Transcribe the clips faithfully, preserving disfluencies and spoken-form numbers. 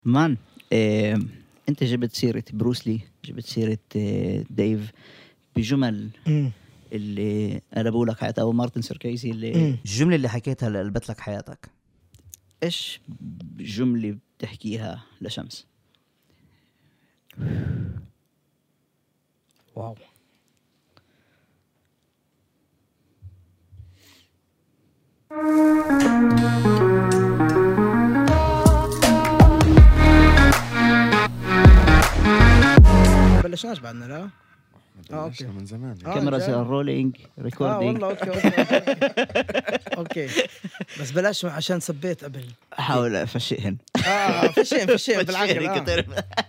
مان إيه، انت جبت سيرة بروسلي، جبت سيرة إيه ديف بجمل مم. اللي قلبوا لك حياتك، او مارتن سيركيزي اللي مم. الجملة اللي حكيتها اللي قلبت لك حياتك. ايش جملة بتحكيها لشمس؟ واو. بلشناش بعدنا لا؟ اه اوكي من زمان يعني. آه، كاميرا جاي. رولينج اه ريكوردينج. والله اوكي اوكي اوكي بس بلاش عشان سبيت قبل. احاول افشئهن. اه فشين فشين بالعقل آه. كتير.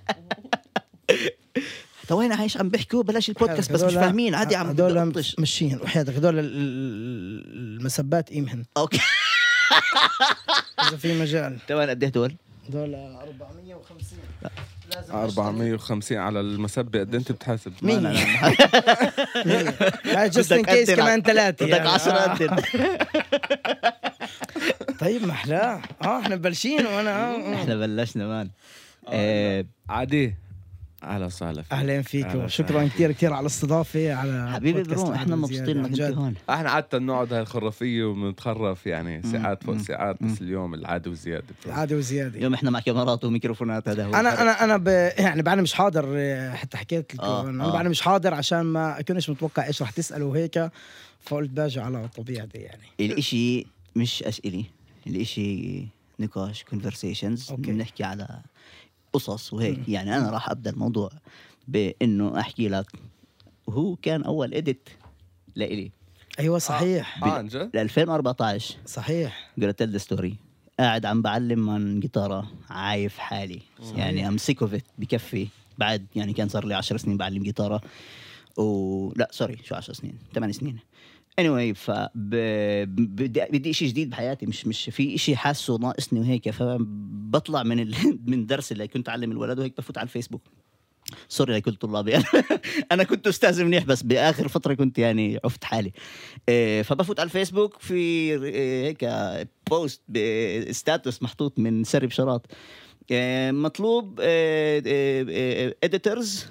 تو وين عايش عم بيحكوا بلاش البودكاست بس مش هدول- فاهمين عادي عم هدول بطش. مشيين وحياتك هدول ال- ال- المسبات قيمهن اوكي اذا في مجال. تمام. قد ايه دول؟ هدول أربعمية وخمسين لازم أربعمية وخمسين على المسبة قد انت بتحاسب؟ مين؟ لا، لا. هاي جست ان كيس كمان ثلاثة بدك عشرة قد. طيب محلاه اه احنا مبلشين وانا اه احنا بلشنا مان. آه، عادي. اهلا وسهلا فيك. اهلا فيكم، أهلا شكرا وسهلا. كثير كثير على الاستضافه على حبيبي بودكاست برو، احنا عادل مبسوطين زيادة. انك عن انت جد. هون. احنا عادة نقعد هالخرافية وبنتخرف يعني ساعات فوق مم. ساعات، بس اليوم العادي وزيادة. عادي وزياده. اليوم احنا مع كاميرات وميكروفونات. هذا هو انا الفرق. انا انا ب... يعني بعد مش حاضر آه، حتى حكيت لكم آه، انا آه. بعد مش حاضر عشان ما اكونش متوقع ايش رح تسالوا هيك، فقلت باجي على طبيعتي يعني. الاشي مش اسئله، الاشي نقاش كونفرسيشنز، أوكي. بنحكي على قصص وهيك. مم. يعني انا راح ابدا الموضوع بانه احكي لك وهو كان اول اديت لإلي ايوه صحيح اه عن جد؟ ل ألفين وأربعطعش. صحيح قلت تل ذا ستوري، قاعد عم بعلم من جيتارة عايف حالي. يعني ام سيك اوف ات، بكفي. بعد يعني كان صار لي عشر سنين بعلم جيتارة و لا سوري شو عشر سنين، ثمان سنين. anyway ف بدي بدي شيء جديد بحياتي، مش مش في شيء حاسه ناقصني وهيك. فبطلع من ال... من درس اللي كنت اعلم الولد وهيك بفوت على الفيسبوك. سوري لكل طلابي. انا كنت استاذ منيح بس باخر فتره كنت يعني عفت حالي. إيه، فبفوت على الفيسبوك في إيه هيك بوست بستاتوس محطوط من سري بشراط، إيه، مطلوب اديتورز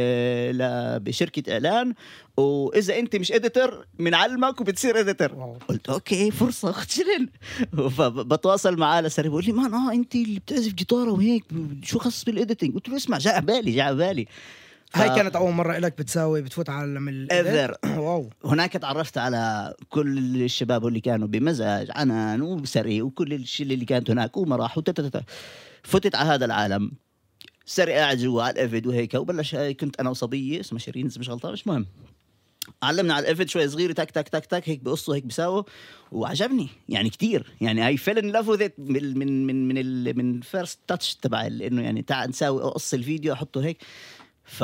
بشركه اعلان، واذا انت مش اديتور بنعلمك وبتصير اديتور. واو. قلت اوكي فرصه خشلن. فبتواصل معاه لسري بقول لي مان اه انت اللي بتعزف جيتاره وهيك شو خص بالاديتنج؟ قلت له اسمع جاء بالي جاء بالي. هاي ف- كانت اول مره لك بتساوي بتفوت على عالم ال Ever. واو. هناك تعرفت على كل الشباب اللي كانوا بمزاج عنان وسري وكل الشله اللي كانت هناك ومراح وتتتت. فتت على هذا العالم. سري قاعد جوا على الافيد وهيك، وبلش كنت انا وصبيه اسمها شيرين اذا مش غلطان، مش مهم. علمنا على الافيد شوي صغير، تك تك تك تك هيك بقصوا هيك بساووا، وعجبني يعني كتير. يعني اي فيل ان لاف وذ ات من من من من ال من الفيرست تاتش تبع انه يعني تعال نساوي قص الفيديو احطه هيك. ف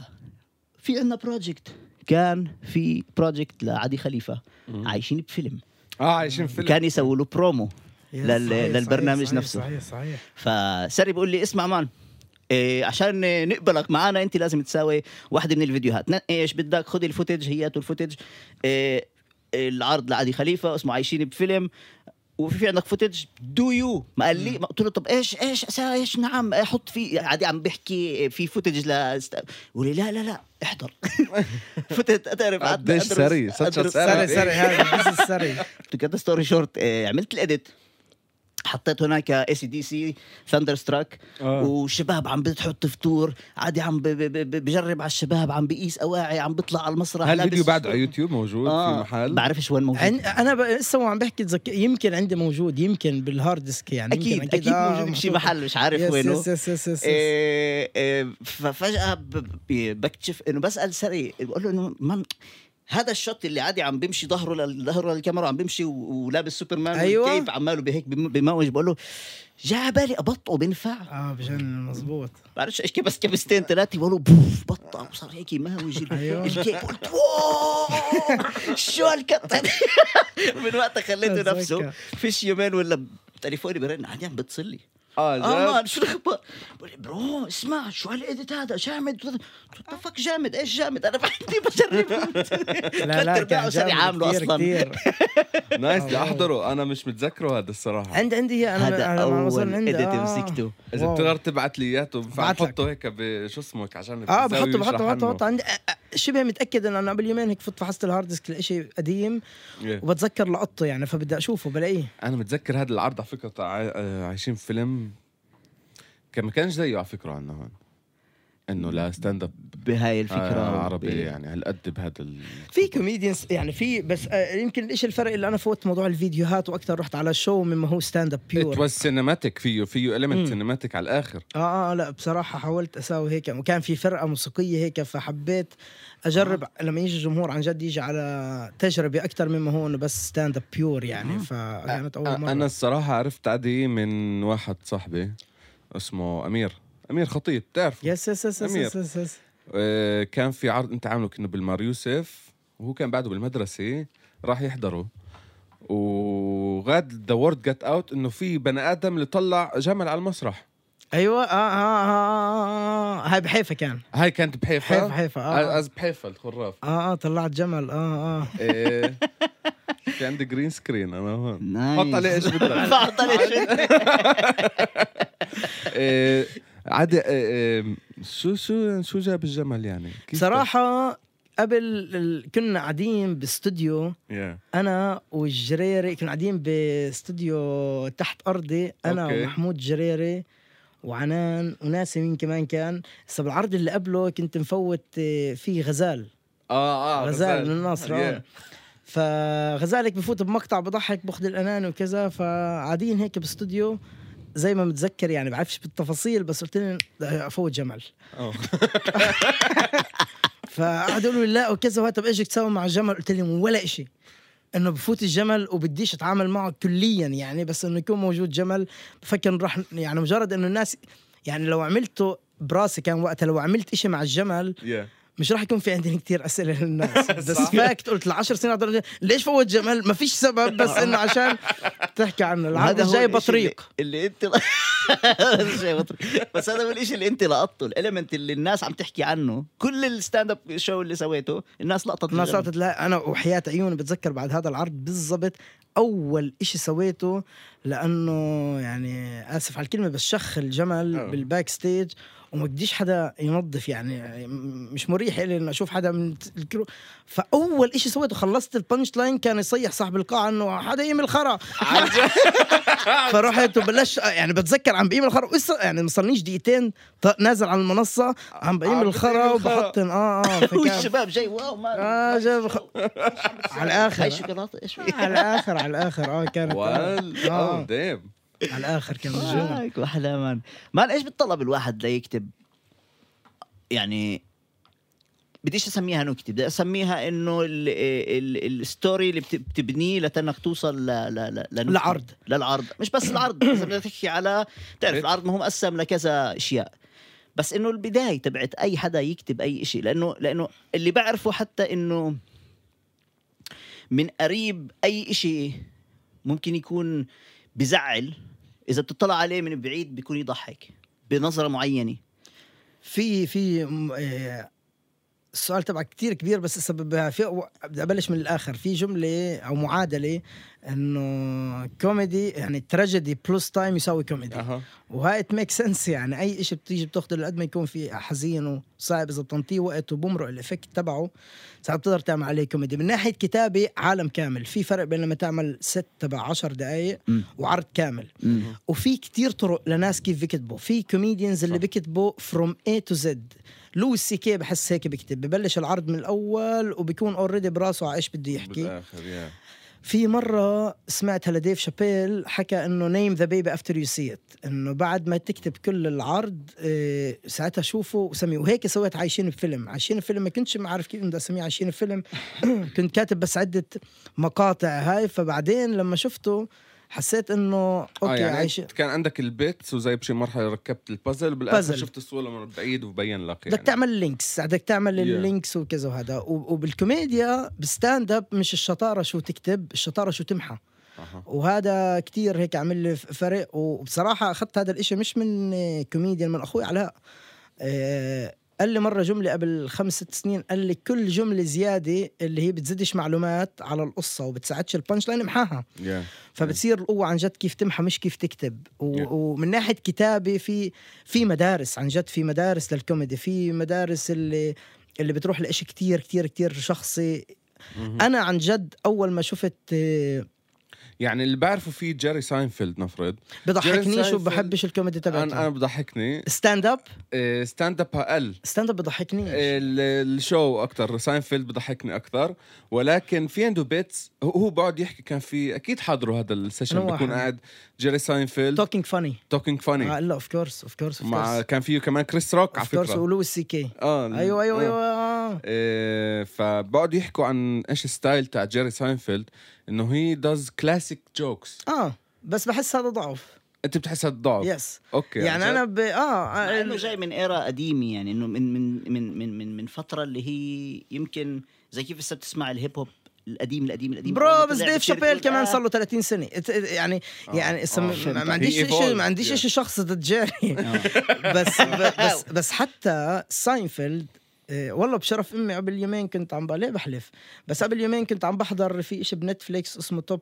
في عندنا بروجكت، كان في بروجكت لعدي خليفة عايشين بفيلم، اه عايشين فيلم. كان يسووا له برومو يس، لل- صحيح، للبرنامج صحيح، نفسه. صحيح صحيح. فسري بيقول لي اسمع مان، إيه عشان نقبلك معانا انت لازم تساوي واحدة من الفيديوهات، نقي ايش بدك، خذ الفوتج، هياته الفوتج. إيه العرض لعدي خليفة اسمه عايشين بفيلم، وفي في عندك فوتج دو يو. ما قال لي، ما قلت له طب ايش ايش اسا ايش نعم احط في عادي، عم بحكي في فوتج لا است... يقول لي لا لا لا احضر. فتت اتعرف قديش سري، صدق سري سري. سري هذا بس السري. تو كات ستوري شورت، عملت الاديت، حطيت هناك اي سي دي سي ثاندر ستراك، آه. وشباب عم بتحط فطور عادي، عم ب- ب- ب- بجرب على الشباب، عم بقيس اواعي، عم بيطلع على المسرح. هالفيديو لابس- بعد على يوتيوب موجود آه في محل؟ بعرفش وين موجود. عن- انا ب- لسه عم بحكي تذك... يمكن عندي موجود، يمكن بالهارد ديسك يعني. اكيد يمكن اكيد آه، موجود بشي محطوط. محل مش عارف يس وينه. يس يس يس يس يس. إيه إيه ففجأة ب- ب- بكتشف انه بسأل سري، بقول له انه من هذا الشوت اللي عادي عم بيمشي ظهره لل- ظهره للكاميرا، عم بيمشي و- ولابس سوبرمان، أيوة. كيف عماله بهيك بم- بموج. بقول له جاء بالي ابطئه بنفع. اه بجنن مزبوط. بعرفش ايش كيف، بس كبستين ثلاثه بقولوا بوف بطأ وصار هيك ماوج ال- أيوة. الكيك. قلت واو شو هالكتة دي. من وقتها خليته أتذكر. نفسه. فيش يومين ولا تليفوني برن عادي عم بتصل لي، اه اه جد مان شو الاخبار؟ بقول لي برو اسمع شو هالايديت هذا جامد. فك جامد ايش جامد انا بدي بجرب. لا لا كان صار يعامله كتير اصلا. كتير. نايس بدي آه. احضره، انا مش متذكره هذا الصراحه. عندي عندي انا هذا أنا لما وصل اول عندي ايديت آه. مسكته. اذا واو. بتقدر تبعت لي اياه بعت لك. بحطه هيك بشو اسمك عشان اه تساوي بحطه بحطه ويشرح بحطه عنه. بحطه عندي آه، آه، شبه متاكد ان انا قبل يومين هيك فت فحصت الهارد ديسك لإشي قديم Yeah. وبتذكر لقطه يعني فبدي اشوفه بلاقيه. انا متذكر هذا العرض على فكره تاع عاي- آه، عايشين فيلم كان ما كانش زيه على فكره عندنا هون، انه لا ستاند اب بهاي الفكره آه عربي ب- يعني هالقد بهذا ال... في كوميديانز يعني في بس آه، يمكن ايش الفرق اللي انا فوت موضوع الفيديوهات واكثر رحت على شو مما هو ستاند اب ات بيور. واز سينماتيك، فيه فيه مم. اليمنت سينماتيك على الاخر. اه اه لا بصراحه حاولت اساوي هيك وكان في فرقه موسيقيه هيك فحبيت اجرب آه. لما يجي الجمهور عن جد يجي على تجربه اكثر مما هو انه بس ستاند اب بيور يعني. فكانت اول مره. انا الصراحه عرفت عادي من واحد صاحبي اسمه امير امير خطيب، بتعرفه؟ يس يس يس أمير. يس يس يس. آه، كان في عرض انت عامله كأنه بالمار يوسف، وهو كان بعده بالمدرسه راح يحضره، وغاد ذا وورد جت اوت انه في بني ادم اللي طلع جمل على المسرح. ايوه اه اه اه, آه, آه. هاي بحيفا كان. هاي كانت بحيفا حيفا حيفا اه از بحيفا الخراف. اه اه طلعت جمل اه اه إيه، في عندي جرين سكرين انا هون. نايس. حط عليه ايش بدك. حط عليه شيء. إيه، عادي. إيه، إيه، شو شو شو جاب الجمل يعني؟ كيف صراحه قبل ال... كنا قاعدين باستوديو يا انا والجريري، كنا قاعدين باستوديو تحت ارضي انا أوكي. ومحمود جريري وعنان وناسي مين كمان كان. هسه بالعرض اللي قبله كنت مفوت آه، فيه غزال اه اه غزال من الناصر Yeah. آه. فغزالك بفوت بمقطع بضحك باخذ الاناني وكذا، فقاعدين هيك باستوديو زي ما متذكر يعني بعرفش بالتفاصيل بس قلت لهم بدي افوت جمل. أوه. فقعدوا يقولوا لي لا وكذا وهات طب ايش بدك تسوي مع الجمل؟ قلت لهم ولا إشي، انه بفوت الجمل وبديش اتعامل معه كليا يعني، بس انه يكون موجود جمل بفكر راح يعني مجرد انه الناس يعني لو عملته براسي كان وقتها لو عملت إشي مع الجمل Yeah. مش راح يكون في عندي كتير أسئلة للناس. بس صح. فاكت قلت العشر سنين عضل ليش فوت جمل؟ ما فيش سبب بس إنه عشان تحكي عنه. العرض هو الجاي الإشي بطريق اللي, اللي انت هذا الشيء بطريق. بس هذا هو الشيء اللي انت لقطته، الاليمنت اللي الناس عم تحكي عنه. كل الستاند اب شو اللي سويته الناس لقطت الناس الجمل. لقطت. لا أنا وحياة عيوني بتذكر بعد هذا العرض بالضبط أول إشي سويته، لأنه يعني آسف على الكلمة بس شخ الجمل أوه. بالباك ستيج وما بديش حدا ينظف يعني مش مريح لي إنه أشوف حدا من الكرو. فأول إشي سويته خلصت البانش لاين كان يصيح صاحب القاعة إنه حدا يعمل خرا. فرحت وبلش يعني بتذكر عم بقيم الخرا وإسا يعني مصلنيش دقيقتين ط- نازل على المنصة عم بقيم عم الخرا بقيم الخرا. وبحطن اه اه فكان والشباب جاي واو ما اه جاب خ... على الآخر. هاي شوكولاته ايش في؟ على الآخر على الآخر اه كانت وال آه. اه ديم على الآخر كان مجنون. هايك واحلى مان. مان ايش بتطلب الواحد ليكتب؟ يعني بديش اسميها نكته، بدي اسميها انه ال- ال- الستوري اللي بت- بتبنيه لتنك توصل ل ل ل لنكتة. العرض. للعرض مش بس العرض. اذا بدك تحكي على تعرف العرض ما هو مقسم لكذا اشياء، بس انه البدايه تبعت اي حدا يكتب اي شيء، لانه لانه اللي بعرفه حتى انه من قريب اي شيء ممكن يكون بزعل، اذا بتطلع عليه من بعيد بيكون يضحك بنظره معينه. في في م- آه، السؤال تبعك كتير كبير بس السبب في بدي ابلش من الاخر. في جمله او معادله انه كوميدي يعني تراجيدي بلس تايم يساوي كوميدي. اها وهاي ات ميك سنس يعني اي شيء بتيجي بتاخذه لقد ما يكون في حزين وصعب اذا بتنطيه وقت وبمرق الافكت تبعه ساعات بتقدر تعمل عليه كوميدي. من ناحيه كتابه عالم كامل، في فرق بين لما تعمل ست تبع عشر دقائق م. وعرض كامل. م. وفي كتير طرق لناس كيف بيكتبوا. في كوميديانز اللي بيكتبوا from A to Z. لويس سي كي بحس هيك بيكتب، ببلش العرض من الاول وبيكون اوريدي براسه على ايش بده يحكي. بالاخر يا في مرة سمعتها لديف شابيل حكى انه name the baby after you see it، انه بعد ما تكتب كل العرض إيه ساعتها شوفه وسميه. وهيك سويت عايشين بفيلم. عايشين بفيلم ما كنتش عارف كيف بدي اسميه عايشين بفيلم. كنت كاتب بس عدة مقاطع هاي، فبعدين لما شفته حسيت انه اوكي آه يعني عايش. كان عندك البيتس وزي بشي مرحله ركبت البازل وبالاخر بازل. شفت الصوره من بعيد وبين لك بدك يعني. تعمل لينكس، بدك تعمل Yeah. اللينكس وكذا وهذا. وبالكوميديا بالستاند اب مش الشطاره شو تكتب، الشطاره شو تمحى. أها. وهذا كتير هيك عمل لي فرق. وبصراحة أخذت هذا الإشي مش من كوميديان، من أخوي علاء. أه قال لي مرة جملة قبل خمس ست سنين، قال لي كل جملة زيادة اللي هي بتزيدش معلومات على القصة وبتساعدش البانش لاين امحاها. yeah. فبتصير القوة عن جد كيف تمحى مش كيف تكتب. و... yeah. ومن ناحية كتابة في في مدارس عن جد، في مدارس للكوميدي، في مدارس اللي اللي بتروح لإشي كتير كتير كتير شخصي. مهم. أنا عن جد أول ما شفت آه، يعني اللي بعرفه فيه جيري ساينفيلد نفرض بضحكنيش ساينفيلد وبحبش الكوميدي انا انا تبعته. بضحكني ستاند اب ستاند اب اقل، ستاند اب بضحكنيش. ال- الشو اكثر. ساينفيلد بضحكني اكثر، ولكن في عنده بيتس هو- هو بقعد يحكي. كان في اكيد حضروا هذا السيشن، أنا بكون واحد. قاعد جيري ساينفيلد توكينج فاني. توكينج فاني اه لا اوف كورس اوف كورس اوف مع كورس كان فيه كمان كريس روك على اوف كورس فكره. ولويس سي كي. اه ايوه ايوه آه. ايوه آه. إيه، فبقعدوا يحكوا عن ايش الستايل تاع جيري ساينفيلد، انه هي داز كلاسيك جوكس. اه بس بحس هذا ضعف. انت بتحس هذا ضعف؟ يس اوكي يعني عن جد؟ انا ب... اه مع انه آه، جاي من ايرا قديمه، يعني انه من من من من من, من فتره اللي هي يمكن زي كيف هسه بتسمع الهيب هوب القديم القديم القديم برو. أول ما بس طلع ديف بتصير شابيل تقول كمان آه. صار له ثلاثين سنة. ات- يعني آه. يعني اسم... آه. ما ما He عنديش evolved. شيء ما عنديش Yeah. شيء شخص ضد جيري. بس بس بس حتى ساينفيلد آه، والله بشرف امي قبل يومين كنت عم بقى ليه بحلف، بس قبل يومين كنت عم بحضر في شيء بنتفليكس اسمه توب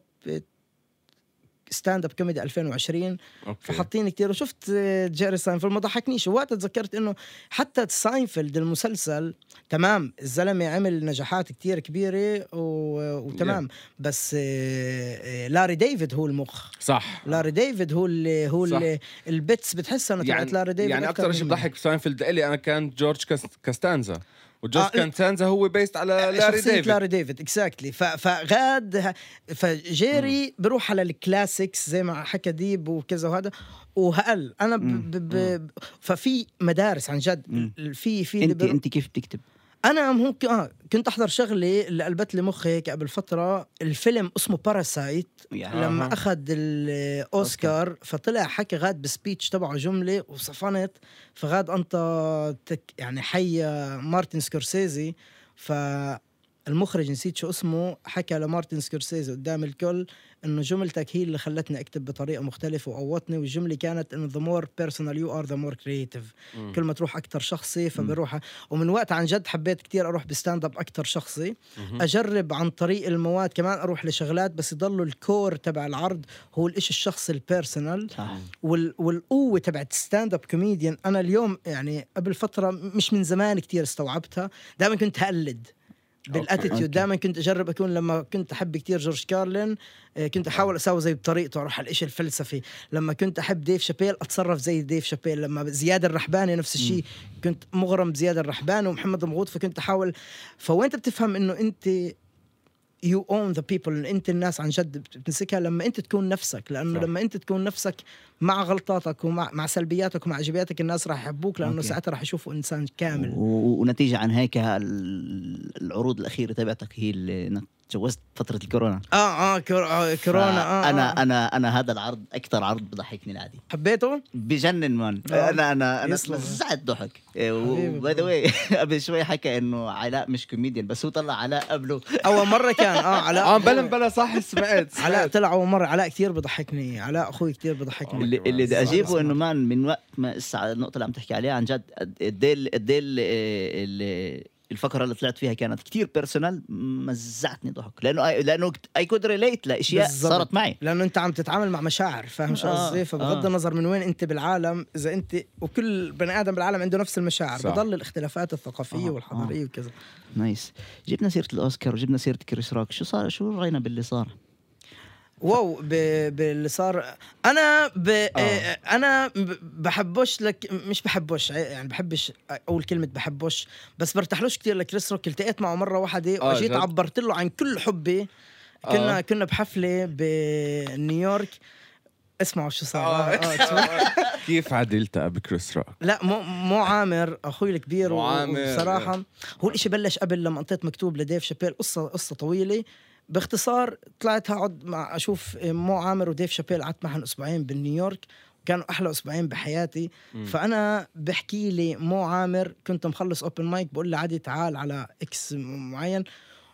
ستاند اب كوميدي ألفين وعشرين. اوكي فحطيني كتير وشفت آه، جيري ساينفيلد ما ضحكنيش. ووقتها تذكرت انه حتى ساينفيلد المسلسل تمام، الزلمه عمل نجاحات كتير كبيره و... وتمام yeah. بس آه، آه، لاري ديفيد هو المخ. صح. لاري ديفيد هو اللي هو صح. اللي البيتس بتحسها انه يعني تبعت لاري ديفيد. يعني اكثر شيء بضحك بساينفيلد لي انا كان جورج كاس... كاستانزا، وجورج آه، كاستانزا هو بيست على لاري شخصية ديفيد. لاري ديفيد اكزاكتلي. فغاد فجيري بروح على الكلاسيكس زي ما حكى ديب وكذا وهذا وهقل انا ب... ب... ب... ففي مدارس عن جد. في في اللي انت برو... انت كيف بتكتب؟ انا ممكن اه كنت احضر شغله اللي قلبت لي مخي هيك قبل فتره، الفيلم اسمه باراسايت يعني لما أها. اخذ الاوسكار فطلع حكى غاد بسبيتش تبعه جمله وصفنت. فغاد انت تك يعني حي مارتن سكورسيزي. فالمخرج نسيت شو اسمه حكى لمارتن سكورسيزي قدام الكل انه جملتك هي اللي خلتني اكتب بطريقه مختلفه وقوتني. والجمله كانت انه the more personal you are the more creative. مم. كل ما تروح اكثر شخصي فبروح. ومن وقت عن جد حبيت كتير اروح بستاند اب اكثر شخصي. مهم. اجرب عن طريق المواد كمان اروح لشغلات بس يضلوا الكور تبع العرض هو الاشي الشخصي البيرسونال. صح. وال والقوه تبعت ستاند اب كوميديان. انا اليوم يعني قبل فتره مش من زمان كتير استوعبتها. دائما كنت هقلد أوكي. بالاتيتيود. دائما كنت اجرب اكون لما كنت احب كتير جورج كارلين آه، كنت احاول اسوي زي بطريقته اروح على الاشي الفلسفي. لما كنت احب ديف شابيل اتصرف زي ديف شابيل. لما زياد الرحباني نفس الشيء كنت مغرم بزياد الرحباني ومحمد مغوط فكنت احاول. فوين انت بتفهم انه انت you own the people، انت الناس عن جد بتمسكها لما انت تكون نفسك. لانه صح. لما انت تكون نفسك مع غلطاتك ومع مع سلبياتك ومع ايجابياتك الناس راح يحبوك لانه أوكي. ساعتها راح يشوفوا انسان كامل. و- ونتيجة عن هيك ال- العروض الأخيرة تبعتك هي اللي إنك تجوزت فترة الكورونا. اه اه, كور... آه كورونا. اه أنا آه. أنا أنا هذا العرض أكثر عرض بضحكني العادي. حبيته. بجنن مان. آه. انا انا انا يسلم. تلزعت ضحك. حبيبي باي ذا واي قبل شوي حكى انه علاء مش كوميديان، بس هو طلع علاء قبله. اول مره كان اه علاء اه بلا بلا صح سمعت علاء سمعت. طلع اول مره. علاء كتير بضحكني. علاء اخوي كتير بضحكني. اللي اللي بدي صح، اجيبه صح. انه مان من وقت ما اسا النقطه اللي عم تحكي عليها عن جد قد ايه قد ايه الفقره اللي طلعت فيها كانت كتير بيرسونال، مزعتني ضحك لانه لانه اي كود ريليت لاشياء بالضبط. صارت معي. لانه انت عم تتعامل مع مشاعر. فاهم شو آه، قصدي؟ فبغض آه. النظر من وين انت بالعالم، اذا انت وكل بني ادم بالعالم عنده نفس المشاعر صح. بضل الاختلافات الثقافيه آه، والحضاريه وكذا. نايس. جبنا سيره الاوسكار وجبنا سيره كريس روك، شو صار شو راينا باللي صار؟ واو ب- باللي صار. انا ب... آه. انا ب- بحبوش لك مش بحبوش يعني بحبش اقول كلمه بحبوش، بس برتاحلوش كتير لكريس روك. التقيت معه مره واحده آه، وجيت جد؟ عبرت له عن كل حبي. كنا آه. كنا بحفله بنيويورك. اسمعوا شو صار. آه. آه. آه. كيف عدلتها بكريس روك؟ لا مو مو عامر اخوي الكبير. مو عامر. بصراحه هو الاشي بلش قبل لما انطيت مكتوب لديف شابيل قصه قصه طويله. باختصار طلعت هقعد مع اشوف مو عامر وديف شابيل. قعدت معهم اسبوعين بنيويورك كانوا احلى اسبوعين بحياتي. مم. فانا بحكي لي مو عامر كنت مخلص اوبن مايك بقول لي عادي تعال على اكس معين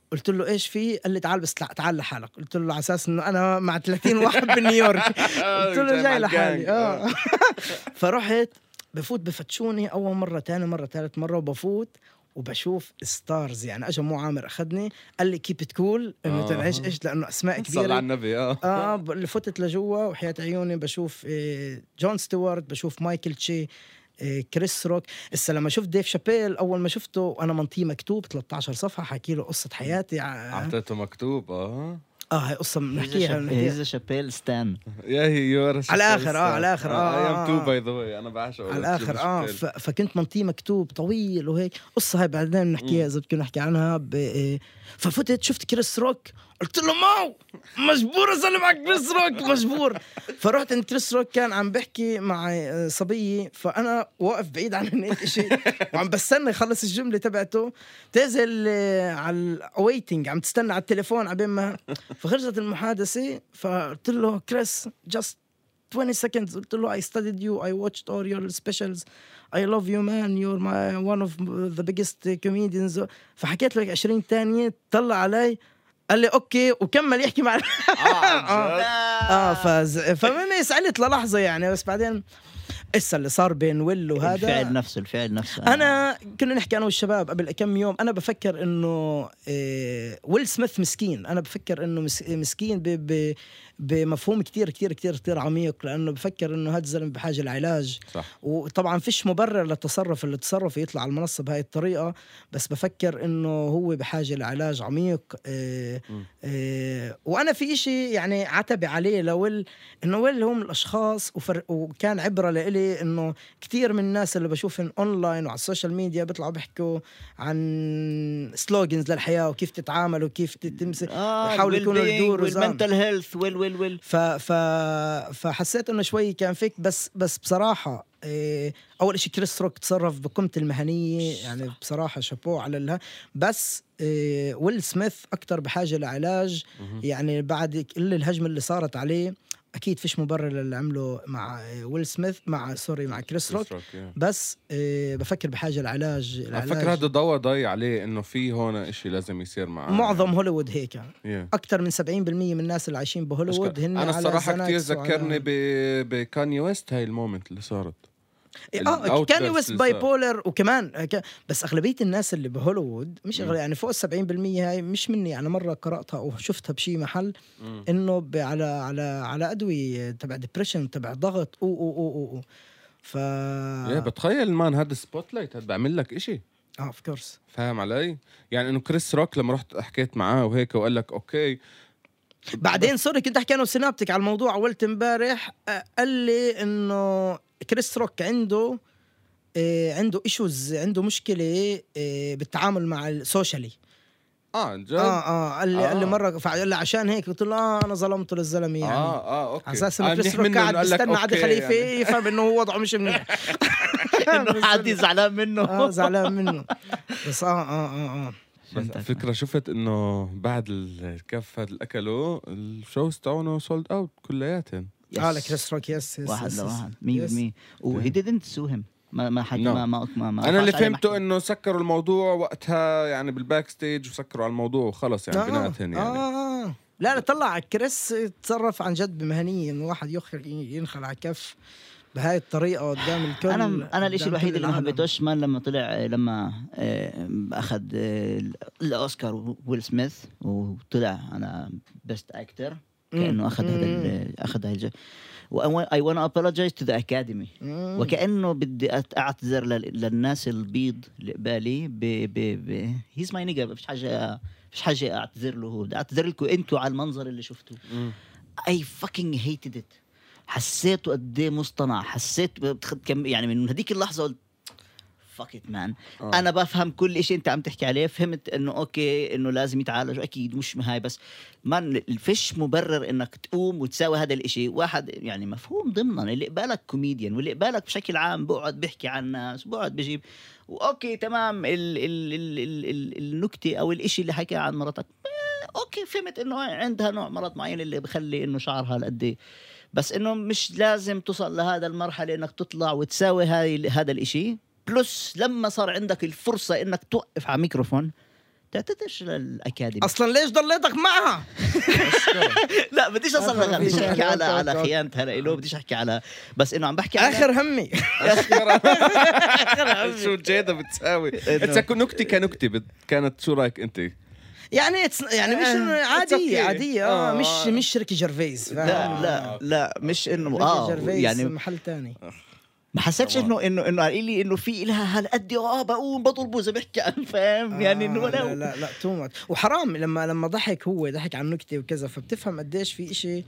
قلت له ايش في؟ قال لي تعال بس تعال لحالك. قلت له على اساس انه انا مع ثلاثين واحد بنيويورك. قلت له جاي لحالي. اه فرحت بفوت بفتشوني اول مره، ثاني مره، ثالث مره، وبفوت وبشوف ستارز. يعني اجى مو عامر اخذني قال لي كيب ات كول انه آه. تعيش ايش، لانه اسماء كبيره. صلى على النبي. اه اه اللي فتت لجوا وحياة عيوني بشوف إيه جون ستيوارت، بشوف مايكل تشي، إيه كريس روك. هسه لما شفت ديف شابيل اول ما شفته انا منطيه مكتوب ثلاثة عشر صفحه حكي له قصه حياتي. اعطيته مكتوب. اه اه هاي قصه بنحكيها. هيز شابيل ستان يا هي يورا على الاخر. اه على الاخر. اه اي ام تو آه. باي ذا واي انا بعشقه على الاخر. اه ف... فكنت منطيه مكتوب طويل وهيك قصه. هاي بعدين بنحكيها اذا بدكم نحكي عنها ب... إيه. ففتت شفت كريس روك قلت له ماو مجبور اسلم على كريس روك مجبور. فرحت عند كريس روك كان عم بحكي مع صبيه، فانا واقف بعيد عن هيك شيء وعم بستنى يخلص الجمله تبعته. تنزل على الاويتنج عم تستنى على التليفون عبين ما فخرجت المحادثه. فقلت له كريس just twenty seconds. قلت له I studied you, I watched all your specials, I love you man, you're my one of the biggest comedians. فحكيت له عشرين ثانية، طلع علي قال لي اوكي وكمل يحكي مع اه اه فز... فمن زعلت للحظه يعني. بس بعدين إسا اللي صار بين ويل وهذا الفعل نفسه الفعل نفسه أنا كنا نحكي أنا والشباب قبل كم يوم. أنا بفكر إنه إيه ويل سميث مسكين. أنا بفكر إنه مسكين ب ب بمفهوم كتير كتير كتير كتير عميق، لأنه بفكر إنه هذا الزلمة بحاجة لعلاج. صح. وطبعا فيش مبرر للتصرف اللي تصرف يطلع على المنصة بهاي الطريقة، بس بفكر إنه هو بحاجة لعلاج عميق. إيه إيه وأنا في إشي يعني عتبي عليه لويل، إنه ويل هم الأشخاص وفر وكان عبرة لإلي إنه كتير من الناس اللي بشوفهم أونلاين وعلى السوشيال ميديا بيطلعوا بيحكوا عن سلوجنز للحياة وكيف تتعامل وكيف تمسك آه يحاولوا يكونوا الدور والمنتل هيلث ويل ويل ويل ف ف فحسيت انه شوي كان فيك. بس بس بصراحه إيه اول شيء كريس روك تصرف بقيمته المهنيه يعني بصراحه شابوه على لها. بس إيه ويل سميث اكثر بحاجه لعلاج يعني بعد كل الهجمه اللي صارت عليه. اكيد فيش مبرر اللي عمله مع ويل سميث مع سوري مع كريس روك, روك بس إيه بفكر بحاجه لعلاج. على فكره هذا ضوء ضايع عليه انه في هون إشي لازم يصير معاه. معظم يعني. هوليوود هيك yeah. اكثر من سبعين بالمية من الناس اللي عايشين بهوليوود هن انا الصراحه كثير ذكرني على... بكاني ويست هاي المومنت اللي صارت. اه كاني ويست باي بولر وكمان بس اغلبيه الناس اللي بهوليوود مش أغلب يعني فوق السبعين بالمية هاي مش مني. انا مره قراتها او شفتها بشي محل م. انه على على على ادويه تبع ديبريشن تبع ضغط او او او او ف يا بتخيل مان هذا سبوت لايت هذا بعمل لك إشي. اه اوف كورس فاهم علي يعني انه كريس روك لما رحت حكيت معاه وهيك وقال لك اوكي بعدين سوري كنت احكي انا وسنابتك على الموضوع اولت امبارح. قال لي انه كريس روك عنده إيه عنده ايشوز عنده مشكله إيه بالتعامل مع السوشيالي. اه جد اه اه قال لي قال لي مره فقال لي عشان هيك قلت له آه انا ظلمته للزلمه يعني. اه اه اوكي على اساس انه كريس روك قاعد بيستنى عادي خليفه يعني. يفهم انه هو وضعه مش منيح انه حد زعلان منه اه زعلان منه بس اه اه اه اه فكرة شفت انه بعد الكف هذا الاكلوا الشوز تاعونه سولد اوت كلياتهم. اه لكريس روك يس يس واحد لواحد مية بالمية وهي didn't sue him. ما ما حكى no. ما ما ما, ما انا اللي فهمته انه سكروا الموضوع وقتها يعني بالباك ستيج وسكروا على الموضوع وخلص يعني آه بناتهم يعني آه آه. لا لا طلع كريس تصرف عن جد بمهنيه انه واحد يخر ينخل على كف بهاي الطريقه قدام الكل. انا انا الشيء الوحيد اللي ما حبيتوش مان لما طلع لما اخذ الاوسكار ويل سميث وطلع انا بيست اكتر كانه اخذ هذا اخذ هاي الجو I want to apologize to the academy. وكأنه بدي أعتذر للناس البيض اللي قبالي ب ب ب he's my nigga. مفيش حاجة مفيش حاجة أعتذر له. بدي أعتذر لكم أنتوا على المنظر اللي شفتوه. I fucking hated it. حسيته قد إيه مصطنع. حسيت كم يعني من هذيك اللحظة قلت fuck it man. آه. أنا بفهم كل إشي أنت عم تحكي عليه. فهمت إنه أوكي إنه لازم يتعالج أكيد مش هاي بس ما الفيش مبرر إنك تقوم وتساوي هذا الإشي. واحد يعني مفهوم ضمنا اللي قبالك كوميديان واللي قبالك بشكل عام بقعد بيحكي عن الناس بقعد بجيب وأوكي تمام ال ال ال ال ال النكتة أو الإشي اللي حكى عن مرتك أوكي فهمت إنه عندها نوع مرض معين اللي بخلي إنه شعرها لقدي. بس إنه مش لازم توصل لهذا المرحلة إنك تطلع وتساوي هاي هذا الإشي. بلس لما صار عندك الفرصة إنك توقف على ميكروفون تعتذرش للاكاديمي اصلا ليش ضليتك معها؟ لا بديش اصلا آخر بديش احكي على أوكي، على أوكي. خيانتها له، بديش احكي على، بس انه عم بحكي على اخر همي شو جيدة بتساوي انت نكتة كنكتة بت- كانت شو رايك انت؟ يعني it's- يعني مش إنه It's عاديه okay. عاديه اه آه. مش مش ريكي جيرفيز لا لا لا مش انه ريكي اه جيرفيز يعني محل تاني. ما حسيتش انه انه انه قال لي انه في لها هالقد اه بقوم بطلب بوزه بحكي عن فاهم يعني انه آه، لا ولا لا لا تو ماتش. وحرام لما لما ضحك هو ضحك عن نكته وكذا، فبتفهم قديش في إشي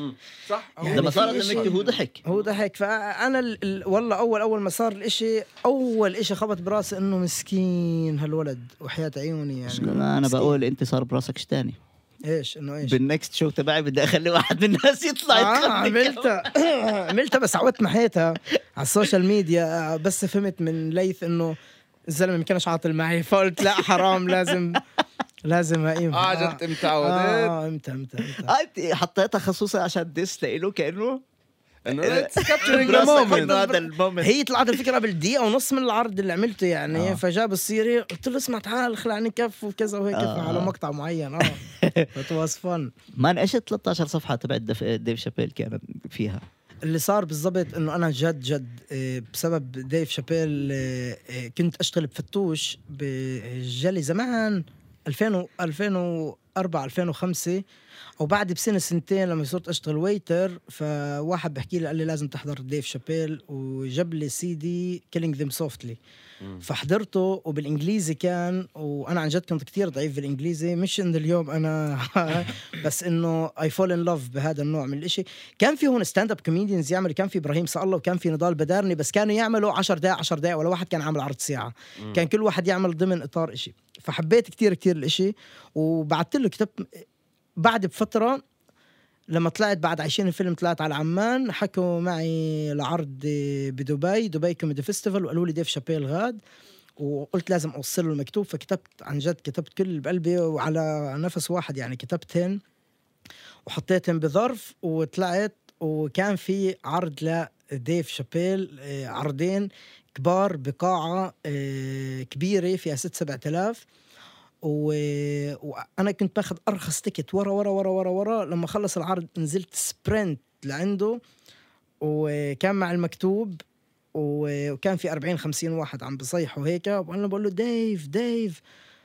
صح يعني لما في صارت إشي- النكته هو ضحك. هو ضحك. فانا ال... ال... والله اول اول ما صار الإشي اول إشي خبط براسي انه مسكين هالولد وحياة عيوني يعني. انا انا مسكين. بقول انت صار براسك تاني ايش انه ايش بالنكست شو تبعي بدي اخلي واحد من الناس يطلع آه يتخانق. عملتها عملتها بس عودت محيتها على السوشيال ميديا. بس فهمت من ليث انه الزلمه ما كانش عاطل معي، فقلت لا حرام لازم لازم اقيم. اه جد امتى عودت؟ اه امتى امتى امتى آه، انت حطيتها خصوصا عشان ديس له كانه انه let's capturing the براسك moment. إنه هذا المومنت. هي طلعت الفكره بالدقيقه ونص من العرض اللي عملته يعني. آه. فجاب السيري قلت له اسمع تعال خلعني كف وكذا وهيك آه. على مقطع معين. اه فتواز فن. مان ايش ثلاثة عشر صفحه تبع ديف, ديف شابيل كانت فيها؟ اللي صار بالضبط انه انا جد جد آه، بسبب ديف شابيل آه، آه، كنت اشتغل بفتوش بجلي زمان ألفين و ألفين وأربعة ألفين وخمسة، او بعد بسنه سنتين لما صرت اشتغل ويتر. فواحد بحكي لي قال لي لازم تحضر ديف شابيل، وجاب لي سي دي كيلينج ذيم سوفتلي. فحضرته وبالانجليزي كان، وانا عن جد كنت كتير ضعيف بالانجليزي، مش ان اليوم انا بس انه اي فول ان لاف بهذا النوع من الاشي. كان في هون ستاند اب كوميديانز يعملوا، كان في ابراهيم صالله وكان في نضال بدارني، بس كانوا يعملوا عشر دقائق عشر دقائق، ولا واحد كان عامل عرض ساعه. كان كل واحد يعمل ضمن اطار اشي. فحبيت كتير كتير الاشي، وبعثت له كتب بعد بفتره لما طلعت بعد عايشين الفيلم. طلعت على عمان، حكوا معي لعرض بدبي دبي كوميدي فيستيفال، وقالوا لي ديف شابيل غاد، وقلت لازم اوصل له المكتوب. فكتبت عن جد كتبت كل اللي بقلبي وعلى نفس واحد يعني، كتبتهن وحطيتهن بظرف وطلعت. وكان في عرض لديف شابيل آه، عرضين كبار بقاعة آه، كبيرة فيها ست سبعة آلاف، و... وانا كنت باخذ ارخص تيكت ورا ورا ورا ورا ورا. لما خلص العرض نزلت سبرنت لعنده، وكان مع المكتوب، و- وكان في أربعين خمسين واحد عم بصيحوا هيك، وانا بقول له ديف ديف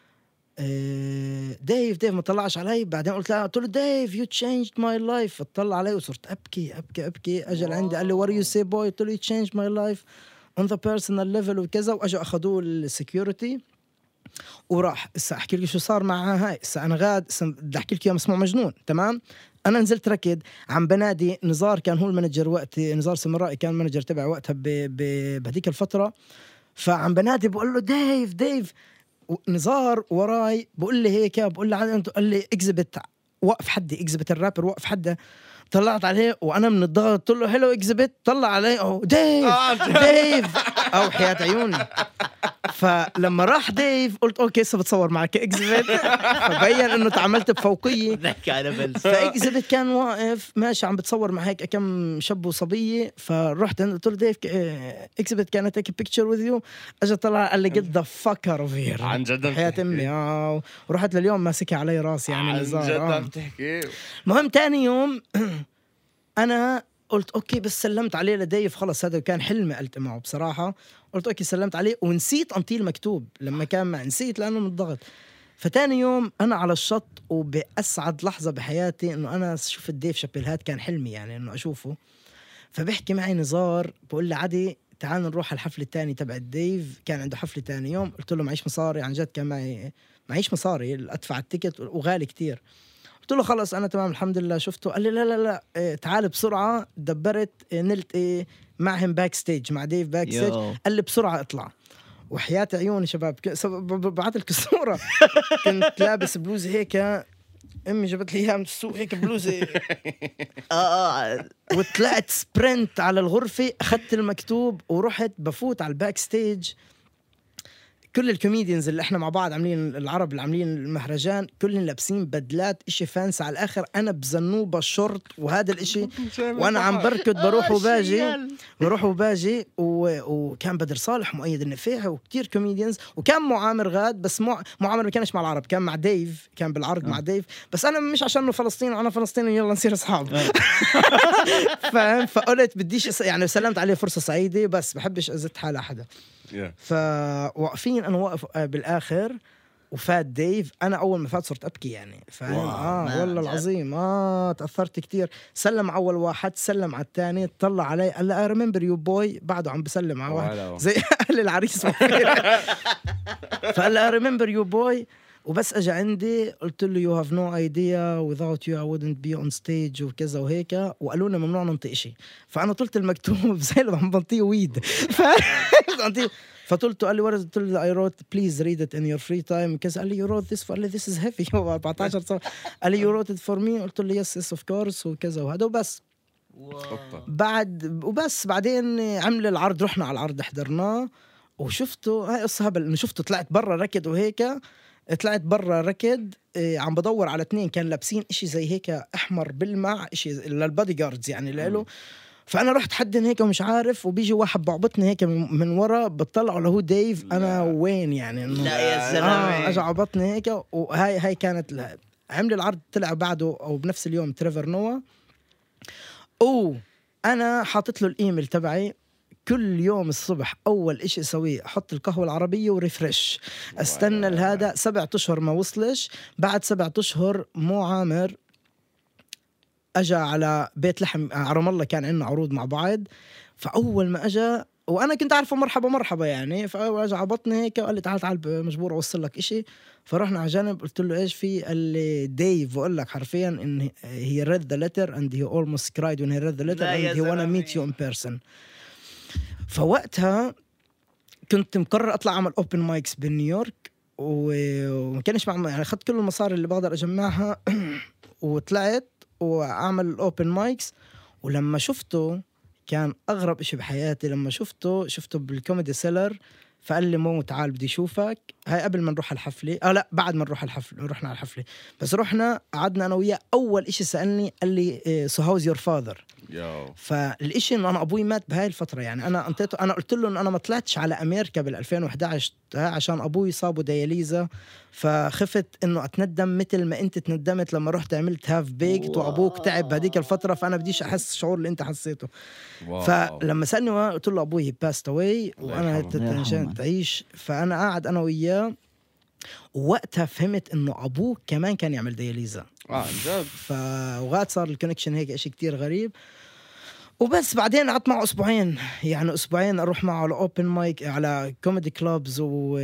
آه، ديف ديف ما طلعش علي. بعدين قلت له قلت له ديف يو تشينجد ماي لايف. فطلع علي وصرت ابكي ابكي ابكي. اجى عندي قال لي وات يو سي بوي، قلت له يو تشينجد ماي لايف اون ذا بيرسونال ليفل وكذا. واجوا اخذوه السكيورتي وراح. هسه احكي لك شو صار مع هاي. هسه انا غاد هسه بدي احكي لك اياه مسموع مجنون. تمام، انا نزلت ركض عم بنادي نزار، كان هو المانجر وقتي، نزار سمرائي كان المانجر تبعي وقتها بهديك الفتره. فعم بنادي بقول له ديف ديف، نزار وراي بقول لي هيك، بقول له انت، قال لي اكزبت وقف حدي، اكزبت الرابر وقف حده. طلعت عليه وانا من الضغط قلت له هلو اكزبت، طلع علي او ديف ديف او حياة عيوني. فلما راح ديف قلت اوكي هسه بتصور معك اكزبت. فبين انه تعاملت بفوقيه. نحكي على بلس فاكزبت كان واقف ماشي عم بتصور مع هيك كم شاب وصبيه. فرحت قلت له ديف اكزبت كانت تيك بيكتشر وذ يو. اجى طلع قال لي جيت ذا فكر اوف هير عن جد حياة امي. اه ورحت لليوم ماسكها علي راسي يعني عن نزار. جد آه. عم تحكي. المهم تاني يوم انا قلت اوكي بس سلمت عليه لديف خلص، هذا كان حلمي قلت معه بصراحه. قلت اوكي سلمت عليه ونسيت انطيه المكتوب لما كان معي، نسيت لانه من الضغط. فتاني يوم انا على الشط وباسعد لحظه بحياتي انه انا شفت ديف شابيل، هاد كان حلمي يعني انه اشوفه. فبحكي معي نزار بقول لي عادي تعال نروح على الحفله الثانيه تبع ديف، كان عنده حفله ثاني يوم. قلت له معيش مصاري، عن جد كان معي معيش مصاري ادفع التيكت وغالي كتير. قلت له خلص انا تمام الحمد لله شفته. قال لي لا لا لا إيه تعال بسرعه. دبرت إيه نلت إيه معهم باك ستيج مع ديف باك ستيج. قال لي بسرعه اطلع. وحياة عيوني شباب بعت لك الصوره كنت لابس بلوزه هيك، امي جابت لي اياها من السوق هيك بلوزه اه اه وطلعت سبرنت على الغرفه، اخذت المكتوب ورحت بفوت على الباك ستيج. كل الكوميديانز اللي احنا مع بعض عاملين العرب اللي عاملين المهرجان كلهم لابسين بدلات اشي فانس على الاخر، انا بزنوبه الشورت وهذا الاشي وانا عم بركض بروح وباجي بروح وباجي و... وكان بدر صالح مؤيد النفيحي وكتير كوميديانز، وكان معامر غاد، بس مع... معامر ما كانش مع العرب، كان مع ديف، كان بالعرض آه. مع ديف، بس انا مش عشان انه فلسطين وانا فلسطيني يلا نصير اصحاب. فاهم؟ فقلت بديش أس... يعني سلمت عليه فرصه سعيده، بس بحبش ازت حال حدا. Yeah. فواقفين انا واقف بالاخر وفات ديف، انا اول ما فات صرت ابكي يعني، فاهم؟ اه والله العظيم اه تاثرت كتير. سلم اول واحد، سلم على الثاني، طلع علي قال لي I remember you boy، بعده عم بسلم على واحد زي اهل العريس. فقال لي I remember you boy، وبس اجى عندي قلت له you have no idea without you I wouldn't be on stage وكذا وهيك، وقالوا لنا ممنوع ننطق شيء، فانا طلت المكتوب زي اللي عم بنطيه ويد. فطلت قال لي ورد، قلت له I wrote please read it in your free time كذا، قال لي you wrote this for لي this is heavy. أربعتاشر صار قال لي you wrote it for me، قلت له yes yes of course وكذا وهذا وبس. بعد وبس بعدين عمل العرض، رحنا على العرض حضرناه وشفته، هاي قصة هبل انه شفته طلعت برا ركض وهيك، طلعت برا ركض إيه عم بدور على اثنين كان لابسين اشي زي هيك احمر بالمع، اشي للبادي جاردز يعني له. فانا رحت حدن هيك ومش عارف، وبيجي واحد بعبطني هيك من ورا، بتطلع له هو ديف، انا وين يعني انه لا يا زلمه آه اجى عبطني هيك. وهاي هاي كانت عمل العرض. طلع بعده او بنفس اليوم تريفر نوا، وانا حاطط له الايميل تبعي كل يوم الصبح أول إشي أسويه أحط القهوة العربية وريفرش، أستنى لهذا سبعة أشهر ما وصلش. بعد سبعة أشهر مو عامر أجا على بيت لحم على رام الله، كان عندنا عروض مع بعض. فأول ما أجا وأنا كنت عارفه مرحبا مرحبا يعني، فأول أجا عبطني هيك وقال لي تعال تعال مجبور أوصل لك إشي. فرحنا على جانب قلت له إيش في؟ قال لي ديف، وقال لك حرفيا إن he read the letter and he almost cried when he read the letter and he wanna meet you in person. فوقتها كنت مقرر اطلع اعمل اوبن مايكس بنيويورك، وما كانش مع يعني اخذت كل المصاري اللي بقدر اجمعها وطلعت واعمل الاوبن مايكس. ولما شفته كان اغرب اشي بحياتي، لما شفته شفته بالكوميدي سيلر، فقال لي مو تعال بدي اشوفك. هاي قبل ما نروح الحفله، اه لا بعد ما نروح الحفله، رحنا على الحفله بس رحنا قعدنا انا وياه. اول اشي سالني قال لي سو هاوز يور فاذر. فالإشي إنه أنا أبوي مات بهاي الفترة يعني، أنا أنت أنا قلت له إنه أنا ما طلعتش على أمريكا بال ألفين وإحدى عشر عشان أبوي صابه دياليزا، فخفت إنه أتندم مثل ما أنت تندمت لما رحت عملت هاف بيكت وأبوك تعب بهديك الفترة، فأنا بديش أحس شعور اللي أنت حسيته. واو. فلما سألني قلت له أبوي passed away وأنا عشان تعيش. فأنا قاعد أنا وياه، ووقتها فهمت إنه أبوك كمان كان يعمل دياليزا. آه جد. فوقت صار الكونكشن هيك إشي كتير غريب. وبس بعدين قعدت معه أسبوعين، يعني أسبوعين أروح معه على أوبن مايك على كوميدي كلابز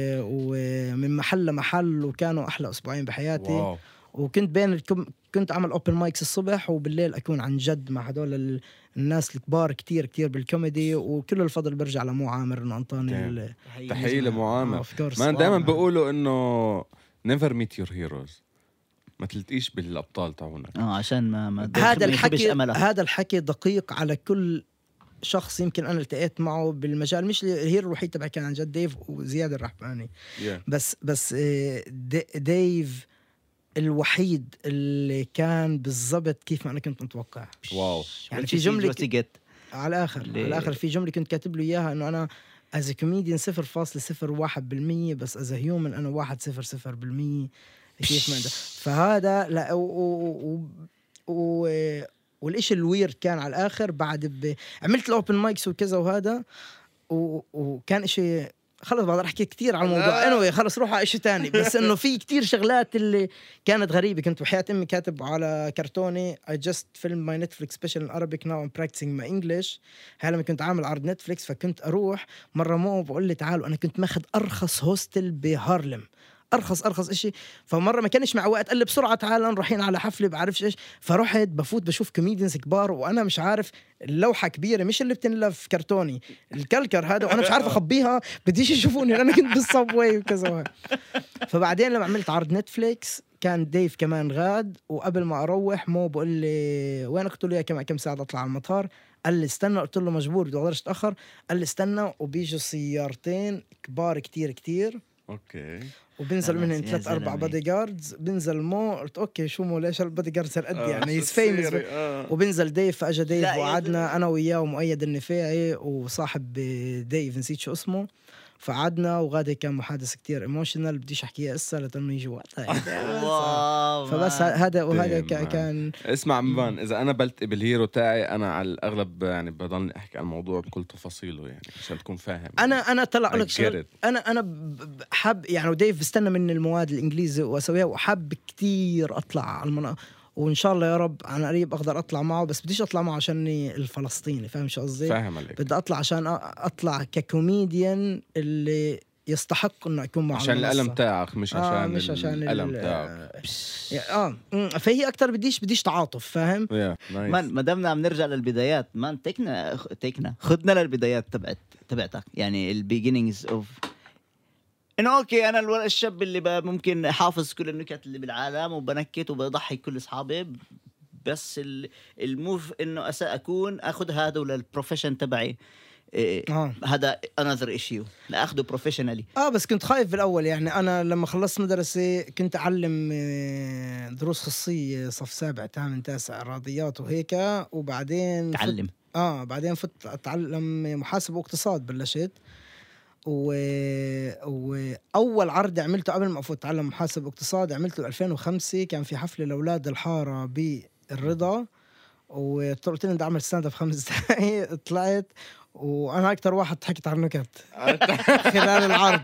ومن محل لمحل، وكانوا أحلى أسبوعين بحياتي. واو. وكنت بين الكم... كنت أعمل أوبن مايكس الصبح، وبالليل أكون عن جد مع هدول الناس الكبار كتير كتير بالكوميدي. وكل الفضل برجع لمو عامر إنه أنطاني تحية لمو عامر. ما دائما بقولوا إنه never meet your heroes، ما تلتقيش بالابطال تاعونك. اه عشان ما, ما هذا الحكي هذا الحكي دقيق على كل شخص يمكن انا التقيت معه بالمجال، مش الهيرو الوحيد تبعي كان عن جد ديف وزياد الرحماني. yeah. بس بس دي ديف الوحيد اللي كان بالضبط كيف ما انا كنت متوقع. واو. يعني في جمله على الاخر على الاخر في جمله كنت كاتب له اياها انه انا از كوميديان صفر فاصلة صفر واحد بالمية، بس از هيومن انا واحد صفر صفر بالمية. كيف ما ده. فهذا لا و... و... و... والإشي الويرد كان على الآخر بعد ب... عملت الأوبن مايكس وكذا وهذا و... وكان إشي خلص بقدر أحكي كتير على الموضوع أنا anyway خلص روح على إشي تاني. بس إنه في كتير شغلات اللي كانت غريبة. كنت بحياة أمي كاتب على كرتوني I just filmed my Netflix special in Arabic now I'm practicing my English. هاي لما كنت عامل عرض نتفليكس، فكنت أروح مرة مو بقول لي تعالوا، أنا كنت ماخد أرخص هوستل بهارلم، ارخص ارخص اشي. فمره ما كانش مع وقت، قال لي بسرعه تعال رايحين على حفله بعرفش ايش. فرحت بفوت بشوف كوميديانز كبار وانا مش عارف، اللوحه كبيره مش اللي بتنلف كرتوني الكلكر هذا، وانا مش عارف اخبيها، بديش يشوفوني انا كنت بالصبوي وكذا. فبعدين لما عملت عرض نتفليكس كان ديف كمان غاد، وقبل ما اروح مو بقول لي وين، قلت له يا كم كم ساعه اطلع على المطار. قال لي استنى، قلت له مجبور بدي اقدرش اتاخر. قال لي استنى، وبيجوا سيارتين كبار كتير كتير اوكي وبنزل خلاص منهم يا ثلاث اربع زلمة. بادي جاردز. بنزل مو قلت اوكي شو مو ليش البادي جاردز هالقد آه، يعني شو هيز فيمس. السيرة؟ آه. وبنزل ديف، فاجا ديف لا يا وقعدنا زلمة. انا وياه ومؤيد النفيعي وصاحب ديف نسيت شو اسمه. فقعدنا وغادي كان محادث كتير ايموشنال بديش احكيها هسه لانه يجي وقتها. واو فبس مان. هذا وهذا Damn, كا- man. كان اسمع مبان، اذا انا بلتقي بالهيرو تاعي انا على الاغلب يعني بضلني احكي عن الموضوع بكل تفاصيله يعني عشان تكون فاهم. انا انا طلع I لك get شغل. it. انا انا ب- ب- حاب يعني وديف بستنى مني المواد الانجليزي واسويها، وحاب كتير اطلع على المناطق، وان شاء الله يا رب عن قريب اقدر اطلع معه. بس بديش اطلع معه عشاني الفلسطيني، فاهم شو قصدي؟ فاهم عليك. بدي اطلع عشان أ- اطلع ككوميديان اللي يستحق انه اكون معه. عشان على الألم المنصة. تاعك مش عشان آه مش عشان الألم ال- تاعك. اه أمم، فهي اكتر بديش بديش تعاطف، فاهم؟ يا نايس. مان ما دامنا عم نرجع للبدايات مان، تكنا تكنا خدنا للبدايات تبعت تبعتك يعني البيجينينجز اوف انه اوكي انا الولد الشاب اللي ب- ممكن حافظ كل النكت اللي بالعالم وبنكت وبضحك كل اصحابي، بس ال- الموف انه أس- اكون اخذ هذا للبروفيشن تبعي. إيه، اه هذا another issue لاخده بروفيشنالي. اه بس كنت خايف بالاول. يعني انا لما خلصت مدرسه كنت اعلم آه، دروس خصوصيه صف سابع ثامن تاسع رياضيات وهيك، وبعدين فت- تعلم اه بعدين فت اتعلم محاسبه واقتصاد بلشت. و... واول عرض عملته قبل ما افوت اتعلم محاسبه واقتصاد عملته ألفين وخمسة. كان في حفله لاولاد الحاره بالرضا، وقلت لهم بدي اعمل ستاند اب خمس دقائق. طلعت وانا اكثر واحد ضحكت على النكت خلال العرض.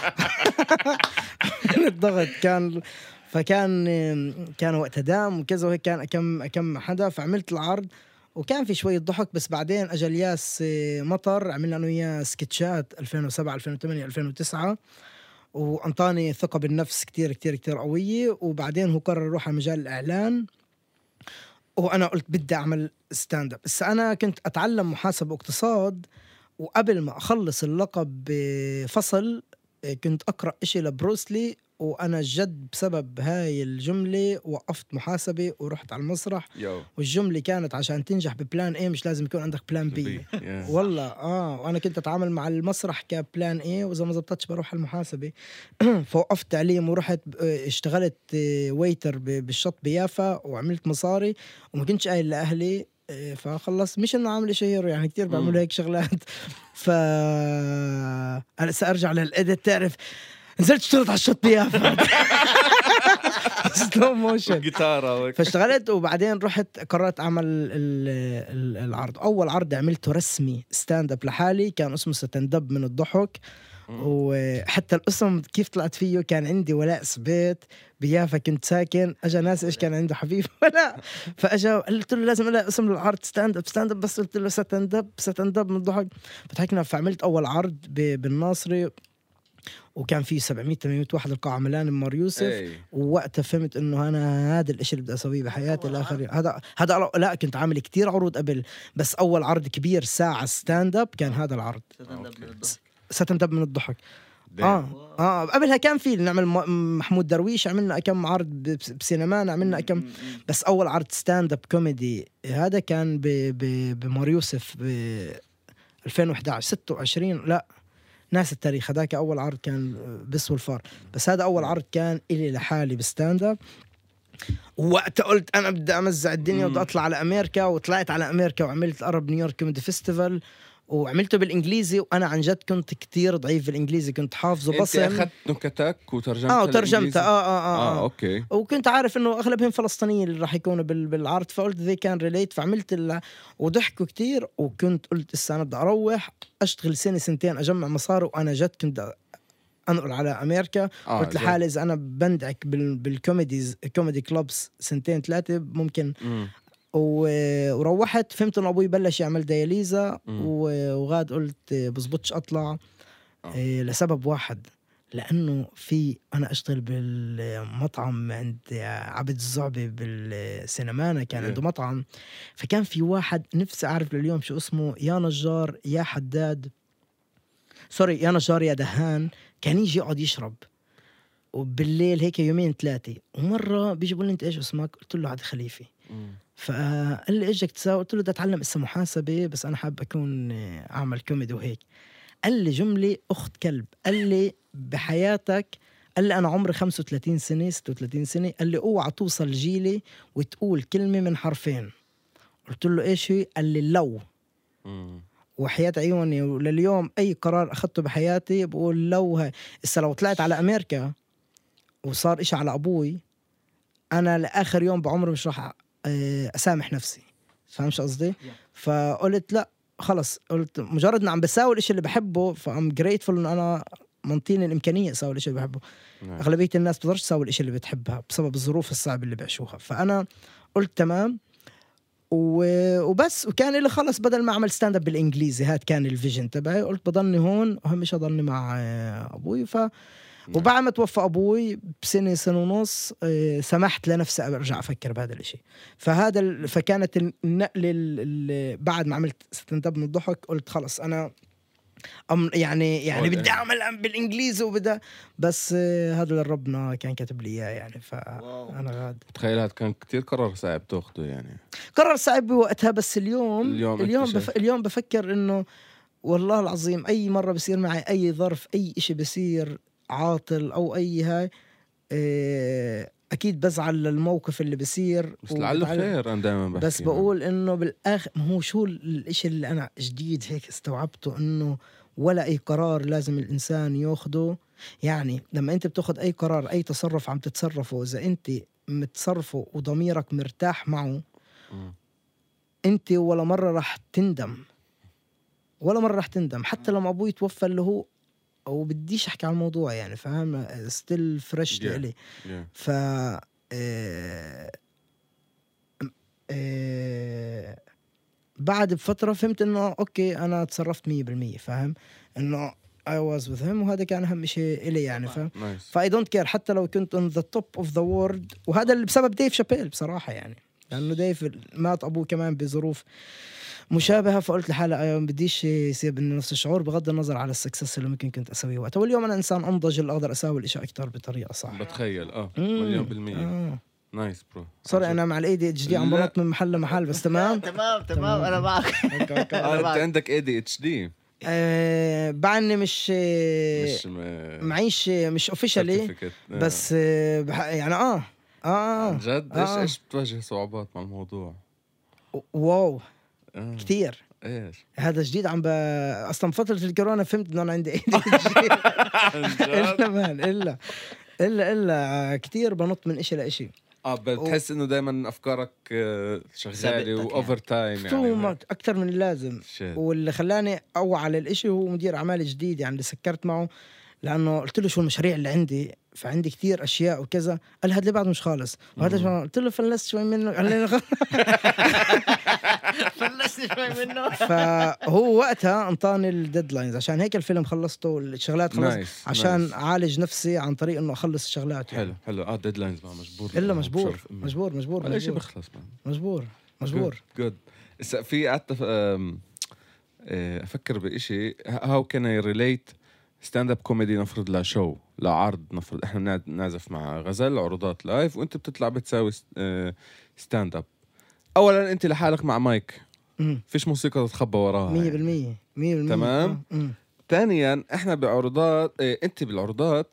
الضغط كان فكان كان وقتها دام وكذا وهيك، كان كم كم حدا. فعملت العرض وكان في شويه ضحك. بس بعدين اجى الياس مطر عملنا انا وياه سكتشات ألفين وسبعة ألفين وثمانية ألفين وتسعة، وانطاني ثقه بالنفس كتير كتير كتير قويه. وبعدين هو قرر يروح على مجال الاعلان، وانا قلت بدي اعمل ستاند اب. بس انا كنت اتعلم محاسبه واقتصاد، وقبل ما اخلص اللقب بفصل كنت اقرا إشي لبروسلي، وانا جد بسبب هاي الجمله وقفت محاسبه ورحت على المسرح. يو والجمله كانت عشان تنجح ببلان ايه مش لازم يكون عندك بلان بي. Yeah. والله اه وانا كنت اتعامل مع المسرح كبلان ايه، واذا ما زبطتش بروح على المحاسبه. فوقفت تعليم ورحت آه، اشتغلت آه، ويتر ب- بالشط بيافا وعملت مصاري، وما كنتش قايل لاهلي. آه، فخلص مش انه عامل شيء هيرو، يعني كتير بعملوا هيك شغلات. ف انا سارجع للإيديت، تعرف نزلت اشتغلت على الشط بيافا سلو موشن جيتارة وهيك. فاشتغلت. وبعدين رحت قررت اعمل ال- ال- العرض. اول عرض عملته رسمي ستاند اب لحالي كان اسمه ستندب من الضحك. وحتى الاسم كيف طلعت فيه، كان عندي ولاء سبيت بيافا كنت ساكن. اجى ناس ايش كان عنده حبيب ولا، فاجا قلت له لازم الاقي اسم للعرض ستاند اب ستاند اب بس قلت له ستندب ستندب من الضحك. فضحكنا. فعملت اول عرض ب- بالناصري، وكان في سبعمية ثمانمية واحد القاعة ملان بمار يوسف. إيه. ووقتها فهمت انه انا هذا الاشي اللي بدي اسويه بحياتي الاخر. هذا هذا لا كنت عامل كتير عروض قبل، بس اول عرض كبير ساعة ستاند اب كان هذا العرض ستندب من الضحك. اه اه قبلها كان في نعمل م- محمود درويش، عملنا كم عرض ب- بسينمان، عملنا كم. بس اول عرض ستاند اب كوميدي هذا كان ب ب بمار يوسف ب ألفين وإحدى عشر ستة وعشرين. لا ناس التاريخ، هذاك اول عرض كان بس والفار. بس هذا اول عرض كان إلي لحالي بستاند اب. وقتها قلت انا بدي امزع الدنيا وبدي اطلع على امريكا. وطلعت على امريكا وعملت الارب نيويورك كوميدي فيستيفال، وعملته بالانجليزي. وانا عن جد كنت كتير ضعيف بالانجليزي، كنت حافظه بس انت اخذت نكتك وترجمتها اه وترجمتها للإنجليزي؟ آه, آه, آه, اه آه اوكي. وكنت عارف انه اغلبهم فلسطينيين اللي راح يكونوا بال- بالعرض. فقلت ذي كان ريليت. فعملت ال... وضحكوا كتير. وكنت قلت هسه انا بدي اروح اشتغل سنه سنتين اجمع مصاري. وانا جد كنت انقل على امريكا. آه قلت لحالي اذا انا بندعك بال... بالكوميديز كوميدي كلوبس سنتين ثلاثه ممكن. مم. و- وروحت فهمت انه ابوي بلش يعمل دياليزا. مم. و- وغاد قلت بزبطش اطلع آه. إيه لسبب واحد، لانه في انا اشتغل بالمطعم عند عبد الزعبي بالسينمانا، كان Yeah. عنده مطعم. فكان في واحد نفسي اعرف لليوم شو اسمه، يا نجار يا حداد سوري يا نجار يا دهان. كان يجي يقعد يشرب وبالليل هيك يومين ثلاثه. ومره بيجي بقول لي انت ايش اسمك؟ قلت له عبد خليفي. مم. فقال لي ايش بدك تساوي؟ قلت له بدي اتعلم اسا محاسبه، بس انا حابب اكون اعمل كوميدي وهيك. قال لي جملة أخت كلب. قال لي بحياتك، قال لي أنا عمري خمسة وثلاثين سنة ستة وثلاثين سنة، قال لي اوعى توصل جيلي وتقول كلمة من حرفين. قلت له إيش هي؟ قال لي لو. مم. وحياة عيوني ولليوم أي قرار أخذته بحياتي بقول لو. هاي إسا لو طلعت على أمريكا وصار إشي على أبوي، أنا لآخر يوم بعمري مش راح أسامح نفسي. فهمش قصدي؟ فقلت لا خلص، قلت مجرد إن عم بساوي الإشي اللي بحبه فأم جريتفul إن أنا منطيني الإمكانية أساوي الإشي اللي بحبه. نعم. أغلبية الناس بتقدرش تساوي الإشي اللي بتحبها بسبب الظروف الصعبة اللي بيعيشوها. فأنا قلت تمام وبس. وكان اللي خلص بدل ما أعمل ستاند اب بالإنجليزي، هاد كان الفيجن تبعي. قلت بضلني هون وهم مش أضلني مع أبوي. ف وبعد ما توفى أبوي بسنة سنة ونص سمحت لنفسي أرجع أفكر بهذا الشيء. فهذا ال... فكانت النقلة اللي بعد ما عملت ستاند اب من الضحك قلت خلص أنا أم يعني يعني بدي أعمل بالإنجليزي وبدا بس هذا اللي ربنا كان كاتب لي إياه يعني. فأنا غاد تخيل هذا كان كتير قرار صعب تاخده يعني. قرار صعب بوقتها، بس اليوم اليوم اليوم, بف... اليوم بفكر إنه والله العظيم أي مرة بصير معي أي ظرف أي إشي بصير عاطل أو أي هاي إيه أكيد بزعل للموقف اللي بصير بس لعله خير. أنا دائما بحكي بس بقول إنه بالآخر ما هو شو الإشي اللي أنا جديد هيك استوعبته، إنه ولا أي قرار لازم الإنسان يأخده. يعني لما أنت بتأخذ أي قرار أي تصرف عم تتصرفه، إذا أنت متصرفه وضميرك مرتاح معه م. أنت ولا مرة رح تندم، ولا مرة رح تندم. حتى لما أبوي توفى اللي هو أو بديش أحكي عن الموضوع يعني فاهم ستيل فريش لي yeah. ف آه... آه... بعد بفترة فهمت إنه أوكي أنا تصرفت مية بالمية فاهم إنه I was with him وهذا كان أهم شيء إلي يعني فاهم. nice. فا I don't care حتى لو كنت on the top of the world. وهذا اللي بسبب ديف شابيل بصراحة يعني، لأنه ديف مات أبوه كمان بظروف مشابهة. فقلت لحالي أيوة بديش يصير بني نفس الشعور بغض النظر على السكسس اللي ممكن كنت أسويه وقتها. واليوم أنا إنسان أنضج اللي أقدر أساوي الإشياء أكتر بطريقة صح. بتخيل آه مليون بالمية. نايس برو. سوري أنا مع الإي دي اتش دي عم بنط من محل لمحل بس تمام تمام تمام أنا معك. أنت عندك إي دي اتش دي؟ أه بعدني مش مش معيش مش اوفيشالي بس يعني اه اه جد ايش آه. ايش بتواجه صعوبات مع الموضوع؟ واو آه. كتير. ايش هذا جديد عم ب... اصلا فتره الكورونا فهمت انه انا عندي اي دي اتش دي الا مان الا الا الا كتير بنط من إشي لإشي. اه بتحس انه دائما افكارك شغاله واوفر تايم يعني اكثر من اللازم. واللي خلاني اوعى على الاشي هو مدير اعمال جديد يعني اللي سكرت معه، لانه قلت له شو المشاريع اللي عندي فعندي كتير اشياء وكذا. قال هذا اللي بعد مش خالص وهذا شو. قلت له فلست شوي منه. قال لي فلست شوي منه. فهو وقتها انطاني الديدلاينز عشان هيك الفيلم خلصته الشغلات خلص نايس. عشان نايس. اعالج نفسي عن طريق انه اخلص الشغلات يعني. حلو حلو اه ديدلاينز ما مجبور الا مجبور مجبور مجبور ولا شيء بخلص مجبور مجبور جود. في قعدت افكر بإشي هاو كان اي ريليت ستاند اب كوميدي نفرض لشو لعرض نفرض احنا نعزف مع غزل عروضات لايف وانت بتطلع بتساوي ستاند اب. اولا انت لحالك مع مايك مم. فيش موسيقى تتخبى وراها مية بالمية مية بالمية تمام. ثانيا احنا بعروضات اه انت بالعروضات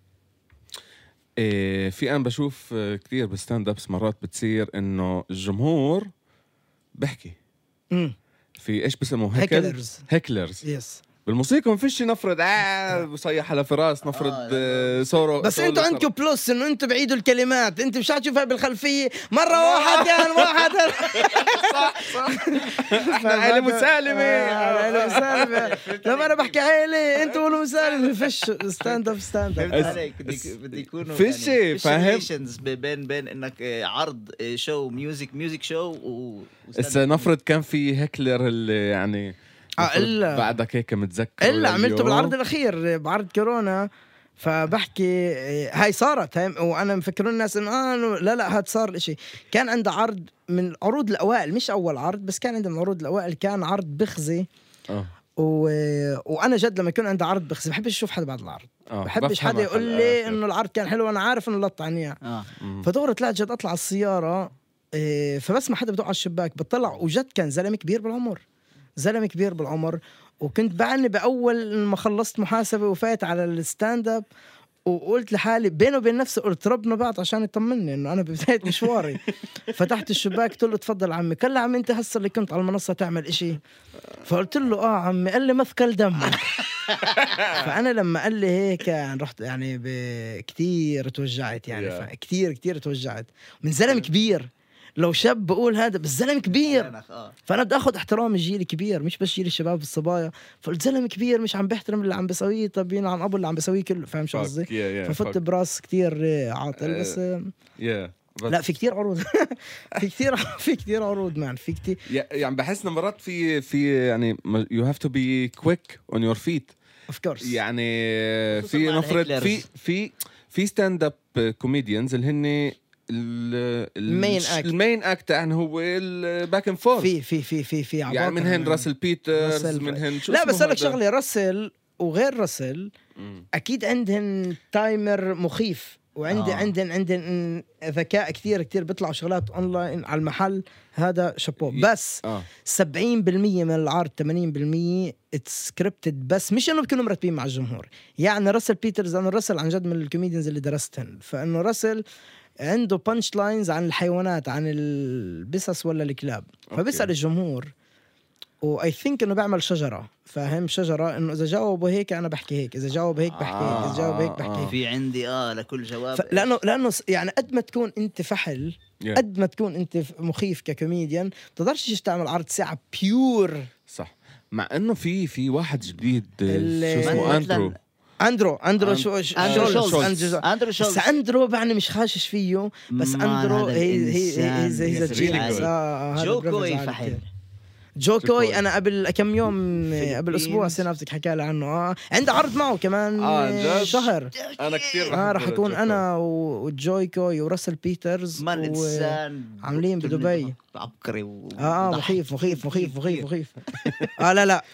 اه في انا بشوف اه كتير بستاند ابس مرات بتصير انه الجمهور بحكي مم. في ايش بسموه هيكلرز هيكلرز يس. بالموسيقى ما فيش نفرض آه بصيح على فراس نفرض آه سورو بس انتوا عندكم بلس انه انتوا بعيدوا الكلمات. انت مش هتشوفها بالخلفيه مره واحد كان واحد صح صح احنا عائله مسالمه عائله مسالمه. لما انا بحكي عائله انتوا قولوا مسالمه. فيش ستاند اب ستاند اب عليك بدي يكونوا فيش فاهم بين بين انك عرض شو ميوزك ميوزك شو و هسه نفرض كان في هيكلر اللي يعني آه إلا بعدك هيك متذكر إلا عملته بالعرض الأخير بعرض كورونا. فبحكي هاي صارت هاي وأنا مفكرون الناس إنه آه لا لا هاد صار الإشي. كان عنده عرض من العروض الأوائل مش أول عرض بس كان عنده من العروض الأوائل كان عرض بخزي آه. و... وأنا جد لما يكون عنده عرض بخزي بحبش أشوف حدا بعد العرض آه. بحبش حدا يقول لي إنه العرض كان حلو وأنا عارف إنه لط عنيا آه. فدورة طلعت جد أطلع السيارة إيه فبس ما حدا بدق على الشباك بطلع وجد كان زلمة كبير بالعمر زلمه كبير بالعمر. وكنت بعدني باول ما خلصت محاسبه وفات على الستاند اب، وقلت لحالي بينه وبين نفسي، قلت ربنا بعت عشان يطمني انه انا ببدايه مشواري. فتحت الشباك قلت له تفضل عمي. قال لي عمي انت هسه اللي كنت على المنصه تعمل إشي؟ فقلت له اه عمي. قال لي مثقل دمك. فانا لما قال لي هيك يعني رحت يعني كثير توجعت يعني Yeah. كثير كثير توجعت من زلمه كبير. لو شاب بقول هذا بس زلمه كبير، فانا بدي اخذ احترام الجيل الكبير مش بس جيل الشباب والصبايا. فقلت زلمه كبير مش عم بيحترم اللي عم بيسويه، طب عن ابو اللي عم بيسويه كله. فاهم شو قصدي؟ yeah, yeah, ففت براس كتير عاطل. بس yeah, لا في كتير عروض. في كتير في كتير عروض مان في كتير يعني بحس مرات في في يعني you have to be quick on your feet of course. يعني في نفرض في في في ستاند اب كوميديانز اللي هن المين اكت المين اكت يعني هو الباك اند فورث في في في في في يعني من هن راسل بيترز من هن شو لا بس لك شغله راسل وغير راسل اكيد عندهن تايمر مخيف، وعندي آه. عندن عندن ذكاء كثير كثير بيطلعوا شغلات اونلاين على المحل. هذا شابو. بس آه. سبعين بالمية من العرض ثمانين بالمية سكريبتد، بس مش انه بيكونوا مرتبين مع الجمهور. يعني راسل بيترز انا راسل عن جد من الكوميديانز اللي درستهن، فانه راسل عنده بانش لاينز عن الحيوانات عن البسس ولا الكلاب، فبيسأل الجمهور واي ثينك انه بعمل شجره، فاهم شجره انه اذا جاوبوا هيك انا بحكي هيك، اذا جاوب هيك بحكي هيك، اذا جاوب هيك بحكي هيك. في عندي اه لكل جواب لانه لانه يعني قد ما تكون انت فحل قد ما تكون انت مخيف ككوميديان تقدرش تعمل عرض ساعه بيور. صح. مع انه في في واحد جديد شو اسمه اندرو اندرو اندرو شو اندرو شولز اندرو شولز بس اندرو بعدني مش خاشش فيه، بس اندرو هي هي هي جو كوي فحل. جو كوي انا قبل كم يوم قبل اسبوع سنافتك حكى لي عنه. اه عندي عرض معه كمان آه شهر. انا كثير اه راح اكون انا وجوي كوي وراسل بيترز عاملين بدبي عبقري و... اه مخيف مخيف مخيف مخيف مخيف اه لا لا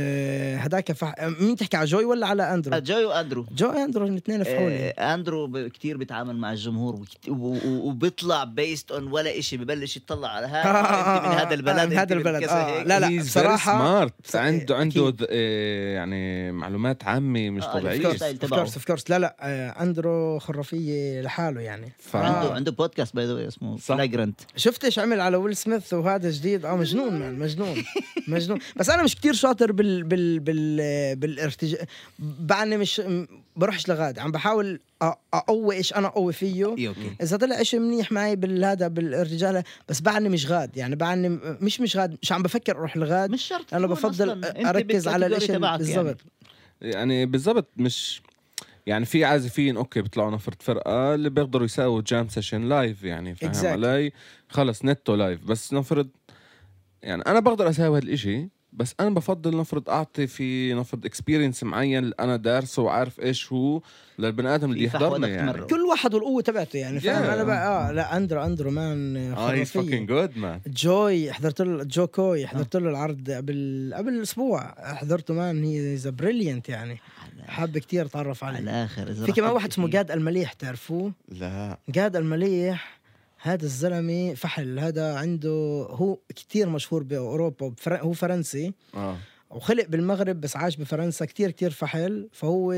هداك فح... مين تحكي على جوي ولا على اندرو؟ جوي واندرو. جوي اندرو الاثنين فحولي. آه اندرو ب... كتير بيتعامل مع الجمهور وكت... و... و... وبيطلع بيست اون ولا إشي، ببلش يطلع على هذا آه انت من هذا البلد آه هذا البلد آه لا لا بصراحه سمارت. عنده عنده آه يعني معلومات عامه مش آه طبيعيه. اوف كورس اوف كورس لا لا آه اندرو خرافيه لحاله يعني. ف... عنده عنده بودكاست باي ذا اسمه فلاجرانت. شفت ايش عمل على ويل سميث وهذا جديد. اه مجنون مان مجنون مجنون. بس انا مش كتير شاطر بال بال بال بالارتجاء. بعدني مش بروحش لغاد عم بحاول اقوي ايش انا اقوي فيه. اذا طلع اشي منيح معي بالهذا بالرجاله، بس بعدني مش غاد يعني بعدني مش مش غاد مش عم بفكر اروح لغاد. مش شرط انا بفضل اركز على الاشي بالضبط يعني بالضبط. مش يعني في عازفين اوكي بيطلعوا نفرة فرقه اللي بيقدروا يساووا جام سيشن لايف يعني فاهم exactly. علي خلص نتو لايف. بس نفرض يعني انا بقدر اساوي هالشيء، بس انا بفضل نفرض اعطي في نفرض اكسبيرينس معين انا دارسه وعارف ايش هو للبني ادم اللي يحضرني يعني. كل واحد والقوه تبعته يعني فاهم. yeah. انا بقى اه لا اندرو اندرو مان اه هيز فاكينج جود مان. جوي حضرت له جو كوي حضرت له العرض قبل قبل اسبوع حضرته مان. هي از بريليانت يعني حاب كتير اتعرف عليه. على الاخر في كمان واحد اسمه جاد المليح تعرفوه؟ لا جاد المليح هذا الزلمه فحل. هذا عنده هو كتير مشهور باوروبا وبفر... هو فرنسي اه وخلق بالمغرب بس عاش بفرنسا. كتير كتير فحل. فهو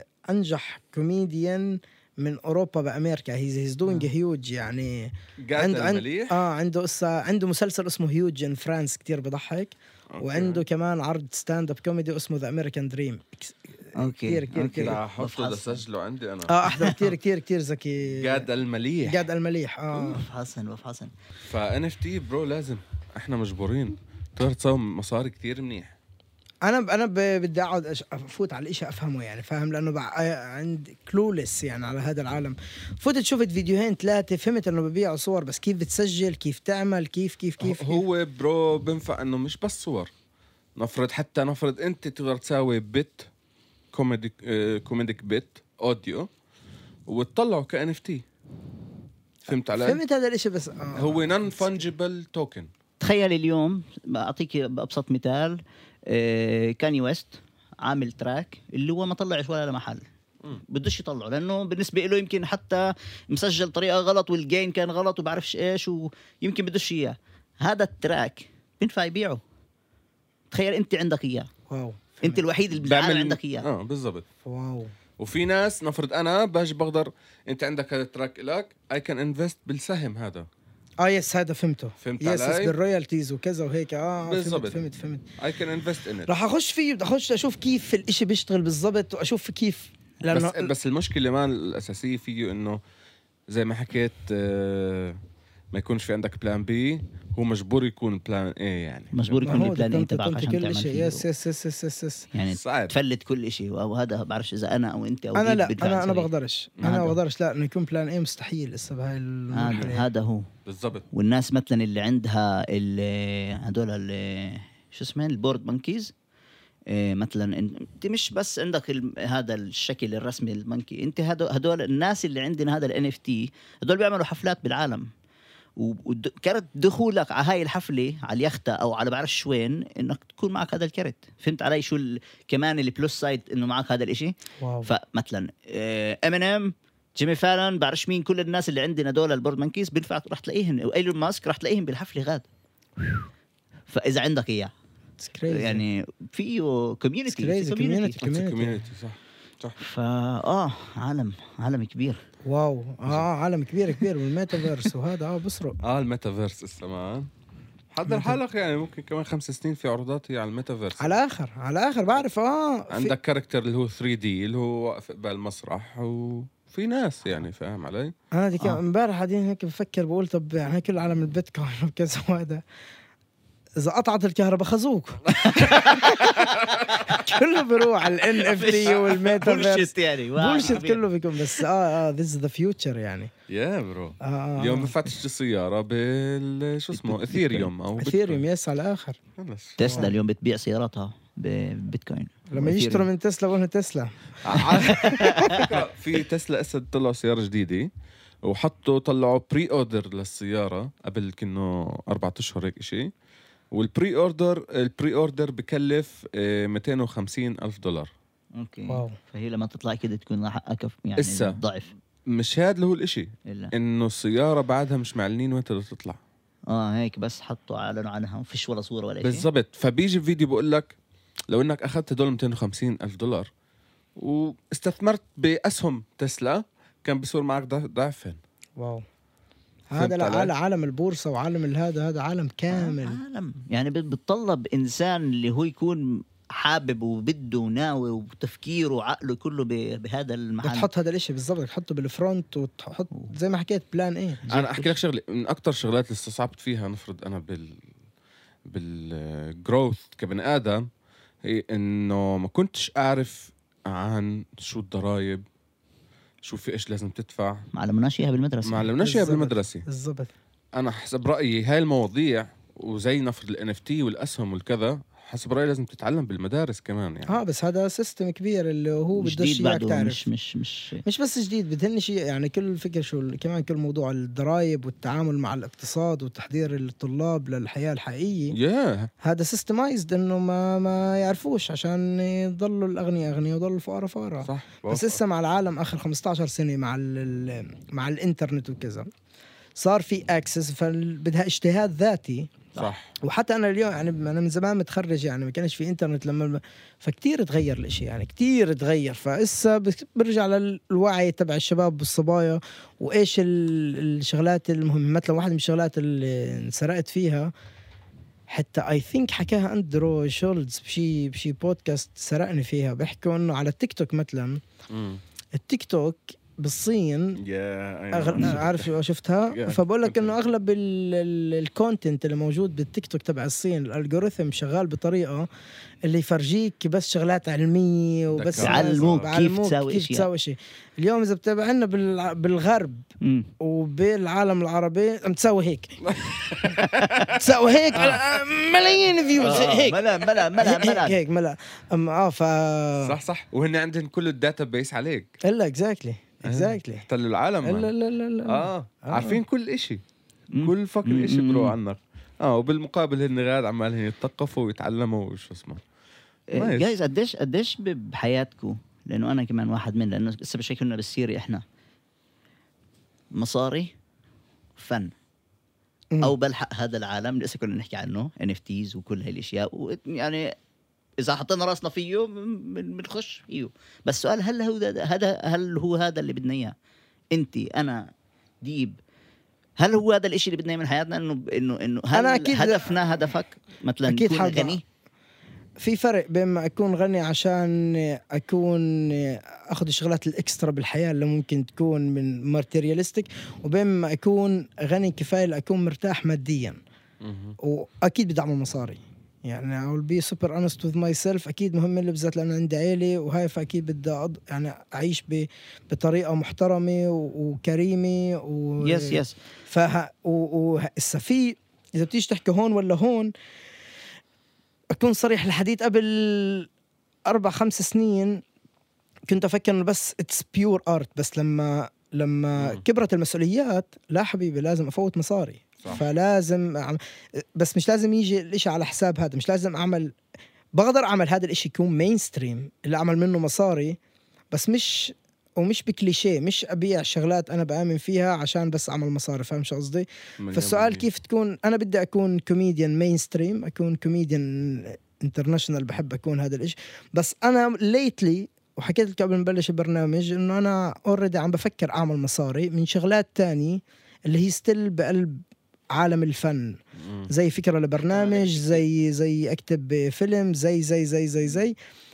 انجح كوميديان من اوروبا بامريكا. هيز هيز دوينج هيوج يعني. عنده المليح اه عنده قصه عنده مسلسل اسمه هيوج ان فرانس كتير بضحك. أوكي. وعنده كمان عرض ستاند اب كوميدي اسمه ذا امريكان دريم. اوكي كتير كتير كتير احطه اسجله عندي انا. اه احضر كتير كتير كتير ذكي. جاد المليح جاد المليح اه وف حسن وف حسن. فان اف تي برو لازم احنا مجبورين تقدر تسوي مصاري كتير منيح. انا انا بدي اقعد افوت على الاشي افهمه يعني فاهم. لانه عند كلولس يعني على هذا العالم. فوتت شفت فيديوهين ثلاثه فهمت انه ببيعوا صور، بس كيف بتسجل كيف تعمل كيف كيف كيف, كيف. هو برو بنفع انه مش بس صور. نفرض حتى نفرض انت تقدر تساوي بيت كوميديك آه كوميديك بيت اوديو وتطلعه كان اف تي. فهمت علي؟ فهمت هذا الاشي بس آه. هو نون فانجبل توكن. تخيل اليوم بعطيك بأبسط مثال. آه كاني ويست عامل تراك اللي هو ما طلعش ولا محل بدوش يطلعه لانه بالنسبه له يمكن حتى مسجل طريقه غلط والجين كان غلط وبعرفش ايش ويمكن بدوش اياه. هذا التراك بينفع يبيعه تخيل انت عندك اياه، واو انت الوحيد اللي بالعالم عندك اياه. اه بالضبط. واو. وفي ناس نفرض انا باجي بقدر، انت عندك هذا التراك لك، اي كان انفست بالسهم هذا. اه يس هذا فهمته. فهمت يس علي؟ يس بالرويالتيز وكذا وهيك. اه بالضبط. فهمت فهمت فهمت. اي كان انفست ان راح اخش فيه، بدي اخش اشوف كيف الاشي بيشتغل بالضبط، واشوف كيف، لانه بس بس المشكله ما الاساسيه فيه انه زي ما حكيت آه ما يكونش في عندك بلان بي، هو مجبور يكون بلان ايه يعني. مجبور يكون البلان ايه تبعك عشان كل تعمل شيء. فيه. يس يس يس يس يس, يس. يعني صعب. تفلت كل شيء. وهذا بعرفش اذا انا او انت او انا لا بدفع انا انا نسويه. بقدرش انا هذا. بقدرش لا انه يكون بلان ايه مستحيل لسه بهاي هذا المرحله. هذا هو بالضبط. والناس مثلا اللي عندها اللي هدول اللي شو اسمه البورد مونكيز، إيه مثلا انت مش بس عندك ال- هذا الشكل الرسمي المونكي، انت هدول هدول الناس اللي عندنا هذا الان اف تي هدول بيعملوا حفلات بالعالم، وكرت دخولك على هاي الحفله على اليخته او على بعرفش وين انك تكون معك هذا الكرت. فهمت علي شو ال... كمان البلس سايد انه معك هذا الاشي. واو. فمثلا ام ان ام، جيمي فالون، بعرفش مين، كل الناس اللي عندنا دول البورد مانكيز بينفع راح تلاقيهم، وايلون ماسك راح تلاقيهم بالحفله غاد. فاذا عندك اياه يعني فيه كوميونتي كوميونتي صح صح. فا اه عالم عالم كبير. واو اه عالم كبير كبير والميتافيرس وهذا اه بسرق. اه الميتافيرس السمان حضر حالك يعني ممكن كمان خمس سنين في عروضات هي على الميتافيرس على اخر على اخر بعرف. اه عندك كاركتر اللي هو ثري دي اللي هو واقف قبال المسرح وفي ناس يعني فاهم علي. انا ديك آه. امبارح قاعدين هيك بفكر بقول طب يعني كل عالم البيتكوين وكذا وهذا اذا قطعت الكهرباء خزوق كله بيروح على الان اف تي والميتافيرس بولشيت يعني بولشيت كله بيكون بس اه اه ذيس ذا فيوتشر يعني. يا برو آه آه اليوم بفتش السيارة بال شو اسمه اثيريوم او اثيريوم يس على الاخر. خلص تسلا اليوم بتبيع سياراتها ببيتكوين لما يشتروا من تسلا وين تسلا في تسلا اسد طلعوا سيارة جديدة وحطوا طلعوا بري اوردر للسيارة قبل كأنه أربعة اشهر هيك شيء، والبري اوردر البري اوردر بكلف مئتين وخمسين ألف دولار. اوكي واو. فهي لما تطلع كده تكون حقك يعني إسا. ضعف. مش هذا اللي هو الاشي إلا. انه السيارة بعدها مش معلنين وين بدها تطلع. اه هيك بس حطوا اعلنوا عنها ما فيش ولا صورة ولا شيء. بالضبط. فبيجي فيديو بقول لك لو انك اخذت هدول مئتين وخمسين ألف دولار واستثمرت باسهم تسلا كان بيصير معك ضعفين. واو. هذا العالم عالم البورصة وعالم الهذا هذا عالم كامل. آه عالم يعني بتطلب انسان اللي هو يكون حابب وبده وناوي وتفكيره وعقله كله بهذا المحل. بتحط هذا الاشي بالضبط تحطه بالفرونت وتحط زي ما حكيت بلان ايه. انا احكي لك شغله من اكتر شغلات اللي استصعبت فيها نفرض انا بال بالجروث كبني ادم هي انه ما كنتش اعرف عن شو الضرائب، شو في ايش لازم تدفع. ما علمناش اياها بالمدرسه. ما علمناش اياها بالمدرسه بالضبط. انا حسب رايي هاي المواضيع وزي نفرض الان اف تي والاسهم والكذا حسب رايي لازم تتعلم بالمدارس كمان يعني. اه بس هذا سيستم كبير اللي هو بده اياك تعرف. مش مش مش مش بس جديد بدهن شيء يعني كل الفكره شو كمان كل موضوع الضرائب والتعامل مع الاقتصاد وتحضير الطلاب للحياه الحقيقيه. yeah. هذا سيستمايزد انه ما ما يعرفوش عشان يضلوا الاغنياء اغنياء ويضلوا الفقراء فقراء. صح. بس لسه مع العالم اخر خمسة عشر سنه مع ال مع الانترنت وكذا صار في اكسس فبدها اجتهاد ذاتي. صح. وحتى انا اليوم يعني انا من زمان متخرج يعني ما كانش في انترنت لما فكتير تغير الاشي يعني كتير تغير. فإسا برجع للوعي تبع الشباب بالصبايا وايش الشغلات المهمه. مثلا واحد من الشغلات اللي انسرقت فيها حتى اي ثينك حكاها اندرو شولدز بشي بشي بودكاست سرقني فيها. بيحكوا انه على التيك توك مثلا م. التيك توك بالصين yeah, أغل... عارف شفتها yeah. فبقول لك انه اغلب الكونتنت اللي موجود بالتيك توك تبع الصين الالجوريثم شغال بطريقه اللي يفرجيك بس شغلات علميه وبس يعلموك كيف تسوي كيف تسوي شيء. اليوم اذا بتابعنا بال... بالغرب م. وبالعالم العربي بتسوي هيك تسوي هيك آه. ملايين فيوز آه. هيك ملا ملا ملا ملا هيك, هيك ملا أم اه ف صح صح. وهن عندهم كل الداتا بيس عليك. الا اكزاكتلي اكزاكتلي احتلوا العالم. لا لا لا لا آه. اه عارفين كل إشي كل فكر إشي برو عنك. اه وبالمقابل هن غاد عمالهم يتثقفوا ويتعلموا وشو اسمه. جايز قديش قديش بحياتكم لانه انا كمان واحد من لانه لسه بشكلنا بالسيري احنا مصاري فن او بلحق هذا العالم اللي لسه كنا نحكي عنه ان اف تيز وكل هاي الاشياء، يعني اذا حطينا راسنا فيه بنخش فيه. بس السؤال هل هو هذا هل هو هذا اللي بدنا اياه انت انا ديب؟ هل هو هذا الاشي اللي بدنا اياه من حياتنا؟ انه انه انه هل أنا أكيد هدفنا هدفك مثلا أكيد تكون غني؟ في فرق بين ما أكون غني عشان أكون أخذ الشغلات الإكسترا بالحياة اللي ممكن تكون من ماتيرياليستيك، وبين ما أكون غني كفاية لأكون مرتاح ماديا. وأكيد بدي أعمل مصاري، يعني I will be super honest with myself. أكيد مهم اللي بالذات لأن عندي عيلة وهاي، فأكيد بدي أض... يعني أعيش ب... بطريقة محترمة و... وكريمة و... يس يس فه... وإسا في إذا بتيجي تحكي هون ولا هون، أكون صريح، الحديث قبل أربع خمس سنين كنت أفكر إنه بس it's pure art، بس لما لما مم. كبرت المسؤوليات، لا حبيبي لازم أفوت مصاري. صح. فلازم أعمل، بس مش لازم يجي الإشي على حساب هذا، مش لازم أعمل، بقدر أعمل هذا الإشي يكون مينستريم اللي أعمل منه مصاري، بس مش ومش بكليشيه، مش أبيع شغلات أنا بآمن فيها عشان بس أعمل مصاري. فاهم شو قصدي؟ فالسؤال كيف تكون، أنا بدي أكون كوميديان مينستريم، أكون كوميديان انترناشونال، بحب أكون هذا الإشي. بس أنا ليتلي، وحكيت لك قبل ما نبلش البرنامج، إنه أنا أوريدي عم بفكر أعمل مصاري من شغلات تاني اللي هي ستيل بقلب عالم الفن، زي فكرة لبرنامج، زي زي أكتب فيلم، زي زي زي زي زي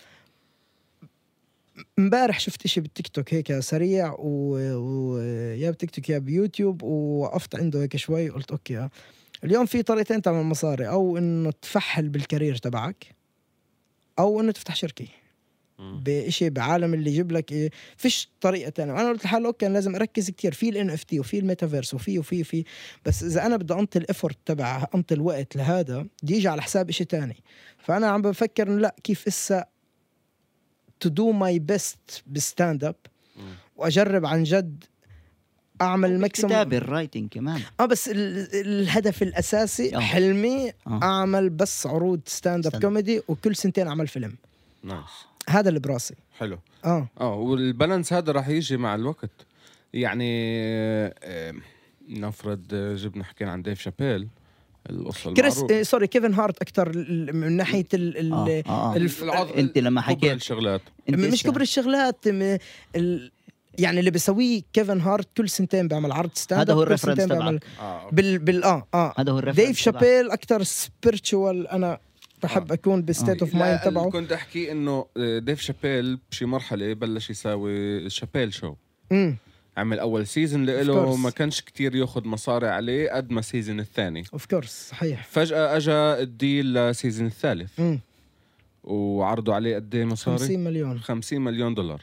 امبارح شفت إشي بالتيك توك هيك سريع، ويا و... بتيك توك يا بيوتيوب، ووقفت عنده هيك شوي، قلت أوكي اليوم في طريقتين تعمل مصاري، أو إنه تفحل بالكارير تبعك، أو إنه تفتح شركة بإشي بعالم اللي يجيب لك إيه. فيش طريقة تانية. أنا قلت لحالي أوكي لازم أركز كتير في ال إن إف تي وفي الميتافيرس وفي وفي وفي بس إذا أنا بدي أنطي الإفورت تبع أنطي الوقت لهذا، دي يجي على حساب إشي تاني. فأنا عم بفكر إنه لأ، كيف إسا to do my best بستاند أب، وأجرب عن جد أعمل الماكسيموم. كتابة الرايتنج كمان آه بس ال- الهدف الأساسي أوه. حلمي أوه. أعمل بس عروض ستاند أب كوميدي، وكل سنتين أعمل فيلم. نايس، هذا اللي براسي. حلو. اه اه والبالانس هذا راح يجي مع الوقت. يعني آه، نفرض جبنا حكينا عن ديف شابيل، القصة كريس المعروفة. آه سوري كيفن هارت أكتر من ناحية ال ال آه. آه. الف... العض- انت لما كبر حكيت الشغلات انت مش لسه- كبر الشغلات م... ال... يعني اللي بيسويه كيفن هارت كل سنتين بيعمل عرض ستاند هذا اب، هو كل الريفرنس سنتين بيعمل تبعك. اه بال بال اه اه هذا هو الريفرنس ديف تبعك. شابيل أكتر سبيرتشوال. أنا بحب آه. أكون بستيت اوف لا، مايند اللي تبعه. كنت احكي انه ديف شابيل بشي مرحله بلش يساوي شابيل شو، امم عمل اول سيزن Of له course. ما كانش كتير ياخد مصاري عليه قد ما سيزن الثاني. اوف كورس صحيح. فجاه اجى الديل لسيزن الثالث امم وعرضوا عليه قد ايه مصاري؟ خمسين مليون. خمسين مليون دولار.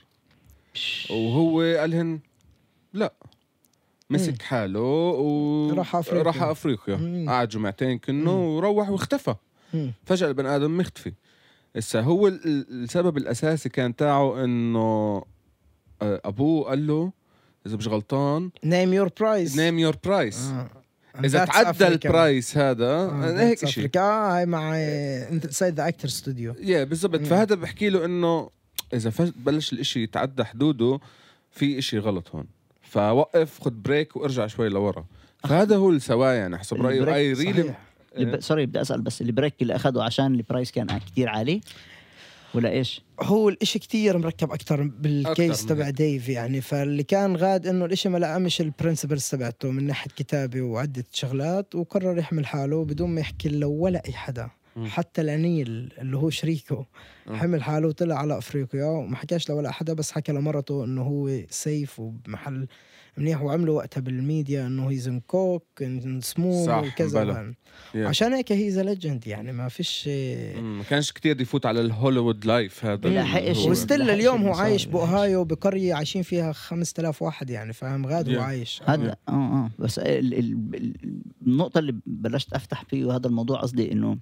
وهو قالهن لا، مسك مم. حاله وراح راح أفريقيا. راح افريقيا، مم. قعد جمعتين كنه مم. وروح واختفى. مم. فجأة البني آدم مختفي. هسه هو ال- ال- السبب الأساسي كان تاعه إنه آه، أبوه قال له إذا مش غلطان نيم يور برايس. نيم يور برايس. آه. إذا That's تعدى Africa. البرايس هذا آه، آه، هيك That's شيء. Africa. آه، هاي مع انسايد ذا اكتر ستوديو. يا بالضبط. مم. فهذا بحكي له إنه إذا فج- بلش الإشي يتعدى حدوده في إشي غلط هون، فوقف خد بريك وارجع شوي لورا. فهذا هو السواء يعني حسب رأيي. البريك أي ريلي صحيح. الب... سوري بدي اسال بس البريك اللي اخذه عشان البرايس كان كتير عالي ولا ايش؟ هو الاشي كتير مركب اكتر بالكيس أكتر من تبع هيك. ديف يعني. فاللي كان غاد انه الاشي ما لقمش البرنسبلز تبعته من ناحيه كتابه وعده شغلات، وقرر يحمل حاله بدون ما يحكي له ولا اي حدا. مم. حتى العنيل اللي هو شريكه مم. حمل حاله وطلع على افريقيا وما حكاش لولا حدا، بس حكى لمرته انه هو سيف وبمحل منيح، وعملوا وقتها بالميديا انه هي زنكوك سموم صح، وكذا. بلا. Yeah. عشان هيك هي ذا ليجند يعني. ما فيش مم، ما كانش كتير يفوت على الهوليوود لايف هذا. لا، اللي حقش. هو- وست- وستيل لحقش اليوم هو المصاري، عايش لحقش. بأوهايو بقرية عايشين فيها خمسة آلاف واحد يعني. فاهم غاد هو Yeah. عايش. هذا اه اه بس ال... ال... ال- النقطة اللي بلشت افتح فيه هذا الموضوع، قصدي انه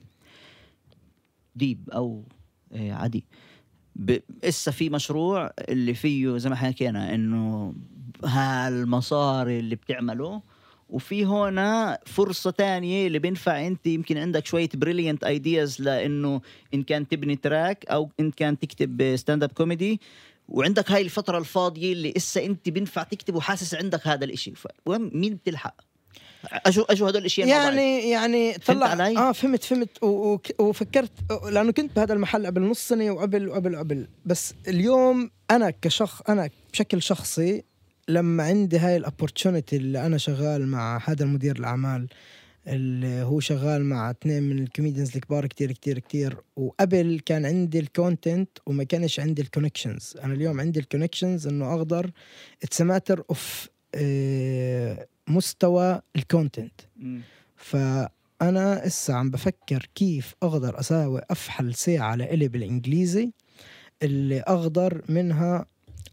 ديب او إيه عادي ب... اسا في مشروع اللي فيه زي ما حكينا انه هالمصاري اللي بتعمله، وفي هنا فرصة تانية اللي بينفع انت يمكن عندك شوية بريليانت ايدياز، لانه ان كان تبني تراك او ان كان تكتب ستاند اب كوميدي، وعندك هاي الفترة الفاضية اللي اسا انت بينفع تكتب وحاسس عندك هذا الاشي. ف... وين- مين بتلحق؟ اجوا اجوا هدول الاشياء يعني يعني طلع علي؟ اه فهمت فهمت و- و- وفكرت لانه كنت بهذا المحل قبل نص سنه وقبل وقبل وقبل بس اليوم انا كشخص انا بشكل شخصي لما عندي هاي الأوبورتشونيتي اللي انا شغال مع هذا المدير الاعمال اللي هو شغال مع اثنين من الكوميديانز الكبار كتير كتير كتير، وقبل كان عندي الكونتنت وما كانش عندي الكونكشنز. انا اليوم عندي الكونكشنز انه اقدر اتس ماتر اوف مستوى الكونتنت. فانا اسا عم بفكر كيف اقدر اساوي افحل ساعه لإلي بالانجليزي اللي اقدر منها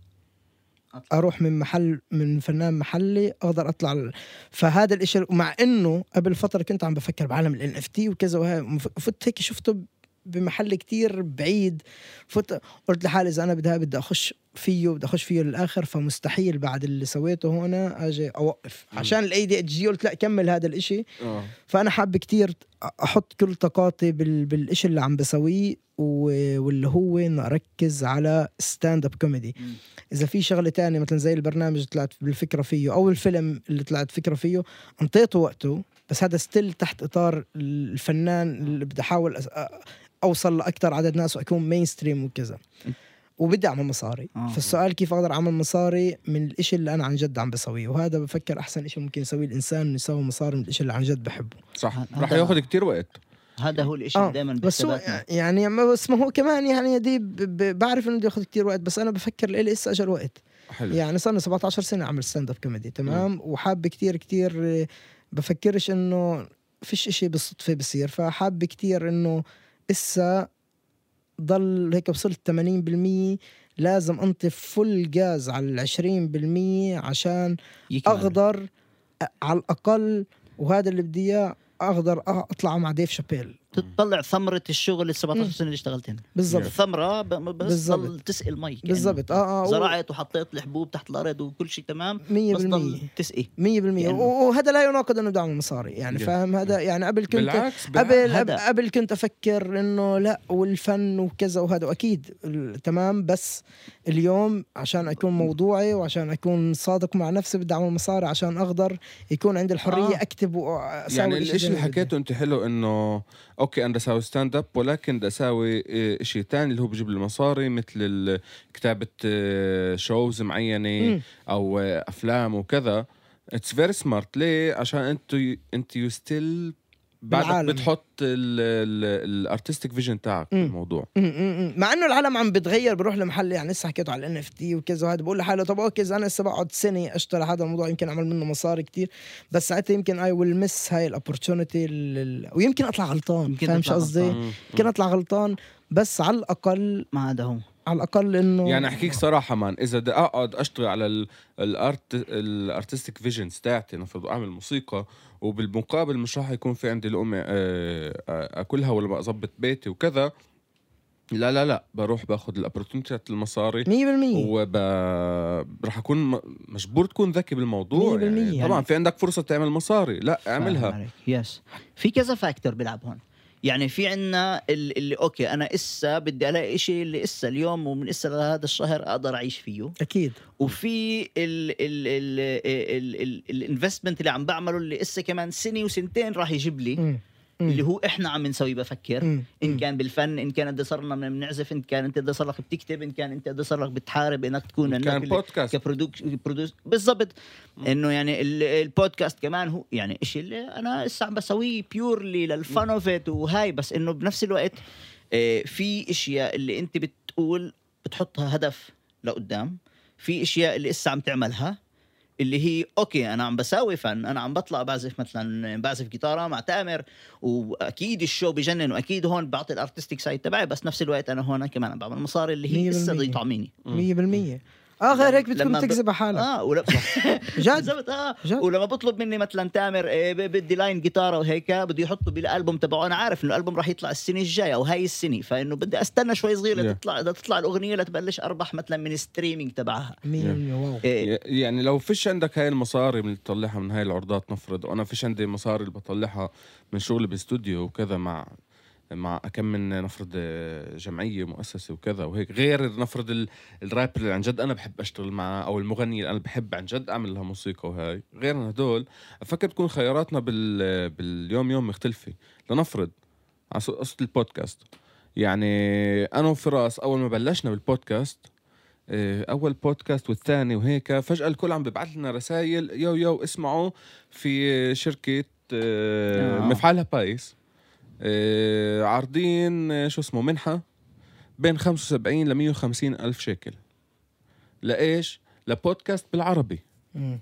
اروح من محل من فنان محلي اقدر اطلع ال... فهذا الاشي. مع انه قبل فتره كنت عم بفكر بعالم الان اف تي وكذا، وهي فت هيك شفته بمحل كتير بعيد، فت قلت لحالي اذا انا بدها بدي اخش فيه بدي اخش فيه للاخر، فمستحيل بعد اللي سويته هنا اجي اوقف عشان الاي دي اتش جي. قلت لا كمل هذا الاشي. أوه. فانا حاب كتير احط كل طاقاتي بال... بالاشي اللي عم بسويه و... واللي هو انه اركز على ستاند اب كوميدي. اذا في شغله تانية مثلا زي البرنامج اللي طلعت بالفكره فيه او الفيلم اللي طلعت فكره فيه انطيته وقته، بس هذا ستيل تحت اطار الفنان اللي بدي احاول اوصل لاكثر عدد ناس واكون مين ستريم وكذا، وبدي اعمل مصاري. آه. فالسؤال كيف اقدر اعمل مصاري من الاشي اللي انا عن جد عم بسويه، وهذا بفكر احسن اشي ممكن يسويه الانسان انه يسوي مصاري من الاشي اللي عن جد بحبه. صح، هذا- راح ياخذ كتير وقت. هذا هو الاشي آه. اللي دائما بس هو بحساباتنا. يعني ما بس ما هو كمان يعني دي ب- ب- بعرف انه بده ياخذ كتير وقت، بس انا بفكر لي لسه اجل وقت. حلو. يعني صار لي سبعة عشر سنه اعمل ستاند اب كوميدي تمام، وحاب كتير كتير آه، بفكرش انه فيش اشي بالصدفه بصير، فحاب كتير انه اسا ضل هيك وصلت ثمانين بالمية لازم انطي فل جاز على العشرين بالمية عشان يكمل. اقدر أ- على الاقل، وهذا اللي بدي اياه، اقدر اطلع مع ديف شابيل. تطلع ثمرة الشغل ال سبعطعش سنة اللي اشتغلتها بالضبط الثمرة ب- ب- بس بالضبط. تضل تسقي المي كأنه. بالضبط اه اه زرعت وحطيت الحبوب تحت الأرض وكل شيء تمام، مية بس بالمية ضل تسقي. مية بالمية. يعني- وهذا لا يناقض انه دعم مصاري يعني Yeah. فاهم هذا. يعني قبل كنت بالعكس قبل هذا- قبل, قبل كنت افكر انه لا والفن وكذا وهذا اكيد ال- تمام، بس اليوم عشان اكون موضوعي وعشان اكون صادق مع نفسي بدي اعمل مصاري عشان اقدر يكون عندي الحريه آه. اكتب واسوي يعني الإشي الاشي اللي اللي بدي. حكيته انت حلو انه اوكي انا اسوي ستاند اب، ولكن بدي اسوي إيه، اشي تاني اللي هو بجيب لي مصاري، مثل ال- كتابة إيه، شوز معينة مم. او إيه، افلام وكذا. اتس فيري سمارت. ليه؟ عشان انتو انت يو ستيل بعدك بالعالم. بتحط الارتستيك فيجن تاعك مم. بالموضوع. م- م- م. مع انه العالم عم بتغير، بروح لمحل يعني لسه حكيته على الان اف تي وكذا وهذا، بقول لحاله طب اوكي اذا انا لسه بقعد سنه اشتغل هذا الموضوع يمكن اعمل منه مصاري كتير، بس ساعتها يمكن اي ويل مس هاي الاوبورتونيتي ويمكن اطلع غلطان. يمكن فاهم تطلع شو قصدي؟ غلطان. مم. يمكن اطلع غلطان، بس على الاقل ما هذا هو. على الاقل انه يعني احكيك صراحه مان، اذا بدي اقعد اشتغل على ال- الارت الارتستيك فيجنز تاعتي، نفرض اعمل موسيقى، وبالمقابل مش راح يكون في عندي لقمه آه، آه، اكلها ولا اظبط بيتي وكذا، لا لا لا بروح باخذ الابورتونيتي تاعت المصاري، مية بالمية. وب راح اكون م- مجبور تكون ذكي بالموضوع. مية بالمية. يعني طبعا يعني- في عندك فرصه تعمل مصاري، لا اعملها. يس. في كذا فاكتور بيلعب هون. يعني في عنا ال- اللي اوكي انا اسا بدي الاقي إشي اللي اسا اليوم ومن اسا لهذا الشهر اقدر اعيش فيه، اكيد. وفي ال ال ال ال ال الانفستمنت اللي عم بعمله اللي اسا كمان سنه وسنتين راح يجيب لي، م. م. اللي هو احنا عم نسوي. بفكر م. ان م. كان بالفن، ان كان قد صار لنا بنعزف، ان كان انت قد صار لك بتكتب، ان كان انت قد صار لك بتحارب انك تكون كان انك بودكاست. كبرودوس بالضبط. انه يعني ال- البودكاست كمان هو يعني إشي اللي انا لسه عم بسويه بيورلي للفن اوف ات وهاي، بس انه بنفس الوقت آه، في اشياء اللي انت بتقول بتحطها هدف لقدام، في اشياء اللي لسه عم تعملها اللي هي اوكي انا عم بساوي فن، انا عم بطلع بعزف مثلا بعزف جيتارة مع تامر، واكيد الشو بجنن، واكيد هون بعطي الارتستيك سايد تبعي، بس نفس الوقت انا هون كمان عم بعمل مصاري اللي هي مية لسه بالمية. بدها يطعميني. مية بالمية. اه غير هيك بتكون لما ب- تكذب على حالك. اه ولا جد بالضبط. اه جد. ولما بطلب مني مثلا تامر إيه، ب- بدي لاين جيتارة وهيك بده يحطه بالالبوم تبعه، انا عارف انه الالبوم راح يطلع السنه الجايه او هاي السنه، فانه بدي استنى شوي صغير Yeah. لتطلع لتطلع الاغنيه لتبلش اربح مثلا من ستريمينج تبعها. مية بالمية. واو. إيه، يعني لو فيش عندك هاي المصاري اللي بتطلعها من هاي العرضات، نفرض وانا فيش عندي مصاري اللي بطلعها من شغلي باستوديو وكذا مع مع كم من نفرض جمعيه مؤسسه وكذا وهيك، غير نفرض ال- الرابر اللي عن جد انا بحب اشتغل معه او المغني اللي انا بحب عن جد اعمل لها موسيقى وهاي، غير هدول افكر تكون خياراتنا بال باليوم يوم مختلفه. لنفرض على قصه البودكاست، يعني انا وفراس اول ما بلشنا بالبودكاست، اول بودكاست والثاني وهيك، فجاه الكل عم ببعث لنا رسائل يو يو اسمعوا في شركه آه. مفعلها بايس آه، عارضين آه، شو اسمه منحة بين خمسة وسبعين لمية وخمسين ألف شيكل. لإيش؟ لبودكاست بالعربي. مم.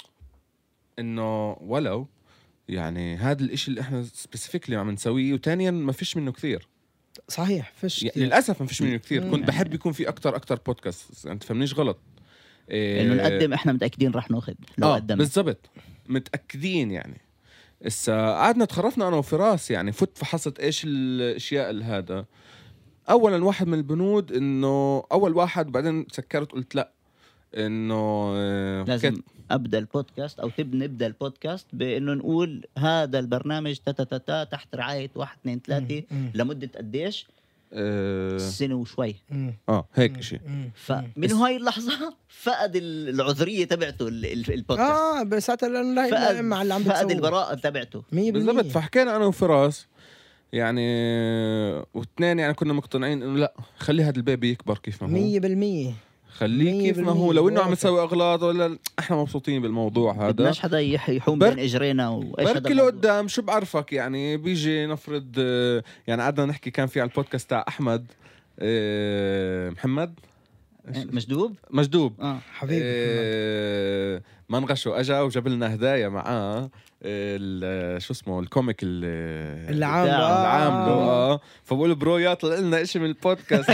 إنه ولو يعني هذا الإشي اللي إحنا سبيسيفيكلي عم نسويه، وتانيا ما فيش منه كثير. صحيح فيش يعني كتير. للأسف ما فيش منه كثير. مم. كنت بحب يكون في أكتر أكتر بودكاست، أنت فهمنيش غلط. إيه انه نقدم، احنا متاكدين رح ناخذ لو آه قدمنا. بالضبط، متأكدين يعني. إسا قعدنا تخرفنا أنا وفراس، يعني فت فحصت إيش الأشياء اللي هذا. اولا واحد من البنود انه اول واحد، بعدين سكرت قلت لا انه آه، لازم كت- ابدا البودكاست او تب نبدا البودكاست بانه نقول هذا البرنامج تا تا تا تا تحت رعايه واحد اثنين ثلاثه مم. مم. لمده قديش؟ اه, سنه وشوي. مم. آه هيك شيء. مم. فمن هاي اللحظه فقد العذريه تبعته ال- ال- البودكاست. اه بس ساعتها لانه لا فقد, لا مع اللي عم فقد بتسويه البراءه تبعته. مية بالمية. بالضبط. فحكينا انا وفراس يعني، واثنين يعني كنا مقتنعين انه لا، خلي هذا البيبي يكبر كيف ما هو، مية بالمية. خليه مية كيف ما بالمية. هو، لو انه عم موافق. يسوي اغلاط ولا احنا مبسوطين بالموضوع هذا. بدناش حدا يح- يحوم بر- بين اجرينا وايش هذا بركي الموضوع. لقدام شو بعرفك يعني، بيجي نفرض آه، يعني قعدنا نحكي كان في على البودكاست تاع احمد آه، محمد مجدوب مجدوب اه حبيبي محمد. آه، منغشو اجا وجاب لنا هدايا معاه ال- شو اسمه الكوميك اللي اللي عامله اللي اللي عامله آه. اه فبقول برو يا طلع لنا شيء من البودكاست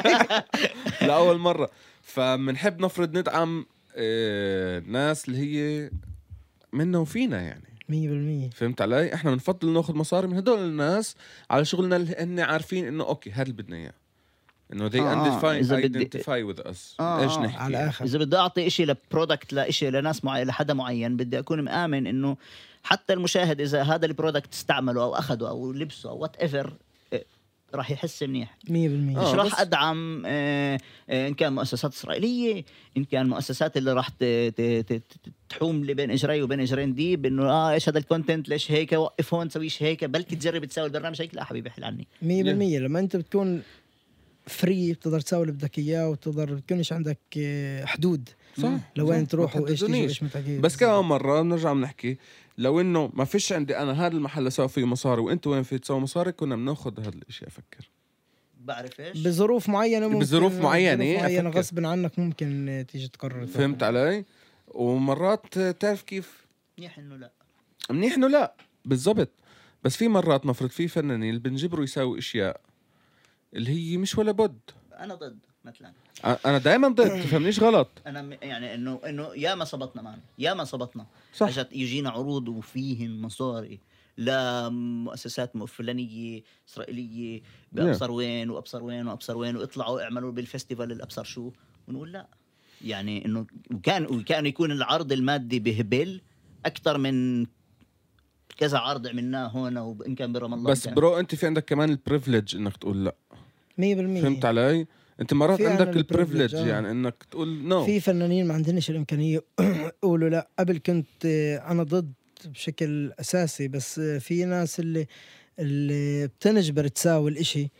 لاول مره. فبنحب نفرض ندعم آه، ناس اللي هي منا وفينا يعني، مية بالمية. فهمت علي؟ احنا بنفضل ناخذ مصاري من هدول الناس على شغلنا اللي هن عارفين انه اوكي هذا اللي بدنا اياه، انه they آه، uh, إذا بدي- identify with us. آه، ايش آه، نحكي على الاخر. اذا بدي اعطي إشي لبرودكت لإشي لناس معين لحدا معين، بدي اكون مآمن انه حتى المشاهد اذا هذا البرودكت استعمله او اخده او لبسه او وات ايفر راح يحس منيح. مية بالمية. مش آه، راح بس- ادعم آه، آه، ان كان مؤسسات اسرائيليه، ان كان مؤسسات اللي راح ت- ت- ت- ت- تحوم لي بين اجري وبين اجرين دي بانه اه ايش هذا الكونتنت، ليش هيك، وقف هون سويش هيك، بلكي تجرب تساوي البرنامج هيك. لا حبيبي احل عني. مية بالمية. لما انت بتكون فري بتقدر تسوي اللي بدك اياه، وتقدر بتكونش عندك آه، حدود صح لوين صح. تروح ما وايش تيجي تحددونيش. وايش متعقيد. بس كمان مرة بنرجع بنحكي، لو انه ما فيش عندي انا هذا المحل اسوي فيه مصاري وانت وين في تسوي مصاري، كنا بناخذ هذا الاشي. افكر بعرف ايش بظروف معينه ممكن بظروف معينة، بظروف معينه أفكر. غصب عنك ممكن آه، تيجي تقرر. فهمت علي؟ ومرات تعرف كيف منيح انه لا. منيح انه لا بالضبط. بس في مرات نفرض في فنانين اللي بنجبروا يساوي اشياء اللي هي مش ولا بد. انا ضد مثلا. انا دائما ضد، تفهمنيش غلط. انا م- يعني انه انه يا ما صبطنا معنا يا ما صبطنا صح. اجت يجينا عروض وفيهن مصاري لمؤسسات فلانيه اسرائيليه بابصر وين وابصر وين وابصر وين، واطلعوا اعملوا بالفستيفال الابصر شو، ونقول لا. يعني انه وكان وكان يكون العرض المادي بهبل اكثر من كذا عرض عملناه هون، وان كان برام الله. بس كان. برو انت في عندك كمان البريفليج انك تقول لا. مية بالمية. فهمت علي؟ انت مرات في عندك عنا البريفليج الprivilege، آه. يعني انك تقول نو. في فنانين ما عندناش الامكانيه يقولوا لا. قبل كنت آه، انا ضد بشكل اساسي، بس آه، في ناس اللي اللي بتنجبر تساوي الاشي.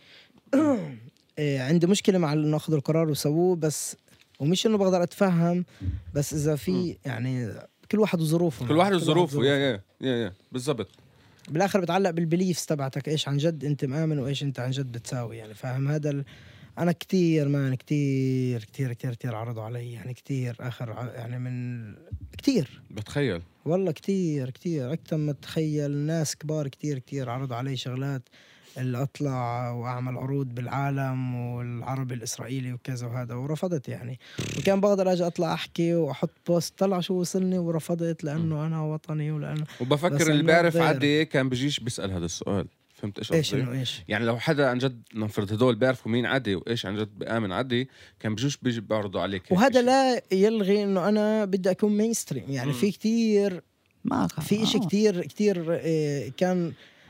آه، عندي مشكله مع انه اخذوا القرار وسووه، بس ومش انه بقدر اتفهم، بس اذا في يعني كل واحد وظروفه. كل واحد وظروفه. يا يا يا يا بالضبط. بالاخر بتعلق بالبليفز تبعتك، ايش عن جد انت مآمن وايش انت عن جد بتساوي، يعني فاهم هذا ال... انا كتير مان كتير كتير كتير كتير عرضوا علي، يعني كتير اخر ع- يعني من كتير بتخيل والله كتير كتير اكثر ما تتخيل. ناس كبار كتير كتير عرضوا علي شغلات اللي اطلع واعمل عروض بالعالم والعربي الاسرائيلي وكذا وهذا، ورفضت يعني. وكان بقدر اجي اطلع احكي واحط بوست طلع شو وصلني، ورفضت لانه انا وطني ولانه بس وبفكر اللي إنه بيعرف غير. عدي كان بيجيش بيسأل هذا السؤال. فهمت ايش ايش قصدي؟ انه ايش. يعني لو حدا عن جد نفرض هدول بيعرفوا مين عدي وايش عن جد بآمن عدي، كان بيجوش بيجي بيعرضوا عليك هيك وهذا إشي. لا يلغي انه انا بدي اكون مينستريم، يعني مم. في كتير ما في اشي آه. كتير كتير آه، كان ب-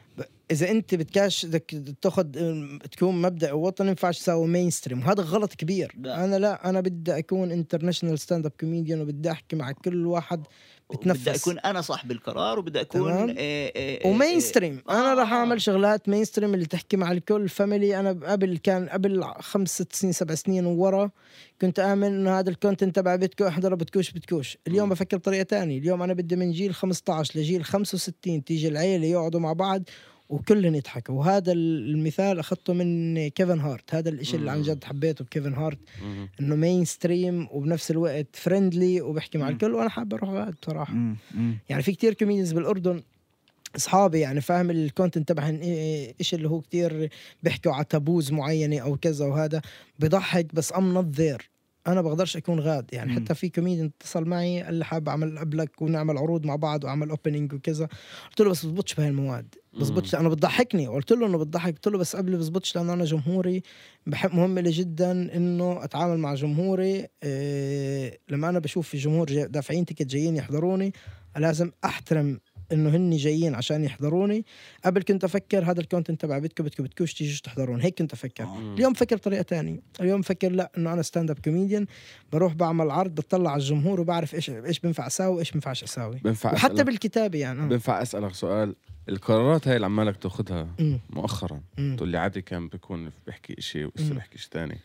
اذا انت بدكاش بدك تاخذ تكون مبدأ وطني ما ينفعش تساوي مين ستريم، وهذا غلط كبير. لا. انا لا، انا بدي اكون انترناشونال ستاند اب كوميديان، وبدي احكي مع كل واحد بتنفس. بدي اكون انا صاحب القرار، وبدي اكون تمام. إيه إيه إيه ومين ستريم. آه. انا راح اعمل شغلات مين ستريم اللي تحكي مع الكل فاميلي. انا قبل كان قبل خمس ست سنين سبع سنين وورا كنت امن انه هذا الكونتنت تبع بتكو احضره بتكوش بتكوش. اليوم بفكر بطريقه تانية. اليوم انا بدي من جيل خمسة عشر لجيل خمسة وستين تيجي العيله يقعدوا مع بعض وكلهم يضحكوا. وهذا المثال اخذته من كيفن هارت. هذا الاشي اللي عن جد حبيته بكيفن هارت، انه مين ستريم وبنفس الوقت فريندلي وبحكي مع الكل. وانا حابب اروح هذا بصراحه. مم. مم. يعني في كتير كوميديانز بالاردن اصحابي يعني فاهم الكونتنت تبعهم ايش اللي هو كتير بيحكوا على تابوز معينه او كذا، وهذا بضحك بس ام نوت ذير. انا بقدرش اكون غاد يعني. مم. حتى في كوميديان اتصل معي قال لي حابب اعمل قبلك ونعمل عروض مع بعض واعمل اوبننج وكذا. قلت له بس بزبطش بهاي المواد، بزبطش. انا بتضحكني. قلت له انه بتضحك، قلت له بس قبل بزبطش لانه انا جمهوري بحب، مهم لي جدا انه اتعامل مع جمهوري. إيه لما انا بشوف الجمهور دافعين تيكت جايين يحضروني لازم احترم انه هني جايين عشان يحضروني. قبل كنت افكر هذا الكونتنت تبع بدكم بدكم بدكوش تيجوا تحضرون، هيك كنت افكر. آه. اليوم فكر بطريقه تانية. اليوم فكر لا، انه انا ستاند اب كوميديان، بروح بعمل عرض بتطلع على الجمهور وبعرف ايش ايش بنفع اساوي وايش بنفعش اساوي. بنفع وحتى أسألك بالكتابه يعني. بنفع اسالك سؤال. القرارات هاي اللي عمالك تاخذها مم. مؤخرا، مم. تقول لي عادي كان بيكون بيحكي إشي وإسا مم. بيحكي إشي تاني.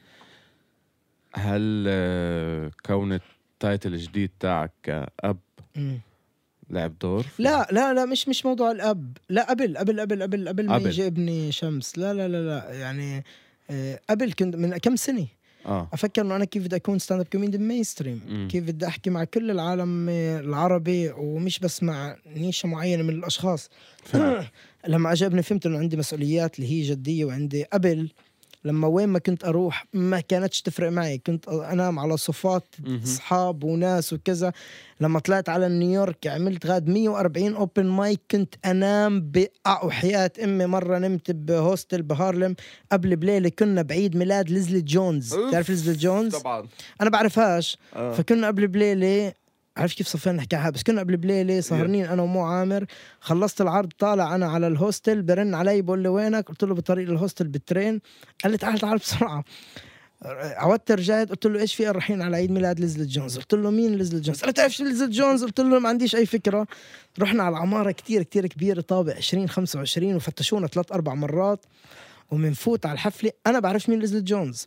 هل آه، كون التايتل الجديد تاعك كأب مم. لعب دور؟ لا لا لا مش مش موضوع الاب. لا قبل قبل قبل قبل قبل ما قبل. يجي ابني شمس. لا لا لا لا يعني آه، قبل كنت من كم سنه اه افكر انه انا كيف بدي اكون ستاند اب كوميدي مين ستريم، مم. كيف بدي احكي مع كل العالم العربي ومش بس مع نيشه معينه من الاشخاص. فهمت. لما اجابني فهمت انه عندي مسؤوليات اللي هي جديه. وعندي قبل لما وين ما كنت اروح ما كانتش تفرق معي، كنت انام على صفات مهم. اصحاب وناس وكذا. لما طلعت على نيويورك عملت غاد مية وأربعين اوبن مايك، كنت انام بحياة امي. مره نمت بهوستل بهارلم قبل بليله، كنا بعيد ميلاد ليزلي جونز. أوف. تعرف ليزلي جونز؟ طبعا انا بعرفهاش. آه. فكنا قبل بليله، عارف كيف صفينا نحكي عنها، بس كنا قبل بليله سهرنين انا ومو عامر. خلصت العرض طالع انا على الهوستل، برن علي بقول لي وينك؟ قلت له بطريق الهوستل بالترين. قال لي تعال تعال بسرعه. عودت رجعت قلت له ايش في؟ رايحين على عيد ميلاد ليزلي جونز. قلت له مين ليزلي جونز؟ قال لي تعرف شو ليزلي جونز؟ قلت له ما عنديش اي فكره. رحنا على عماره كتير كتير كبيره طابق عشرين خمسة وعشرين وفتشونا ثلاث اربع مرات. ومنفوت على الحفله انا بعرفش مين ليزلي جونز.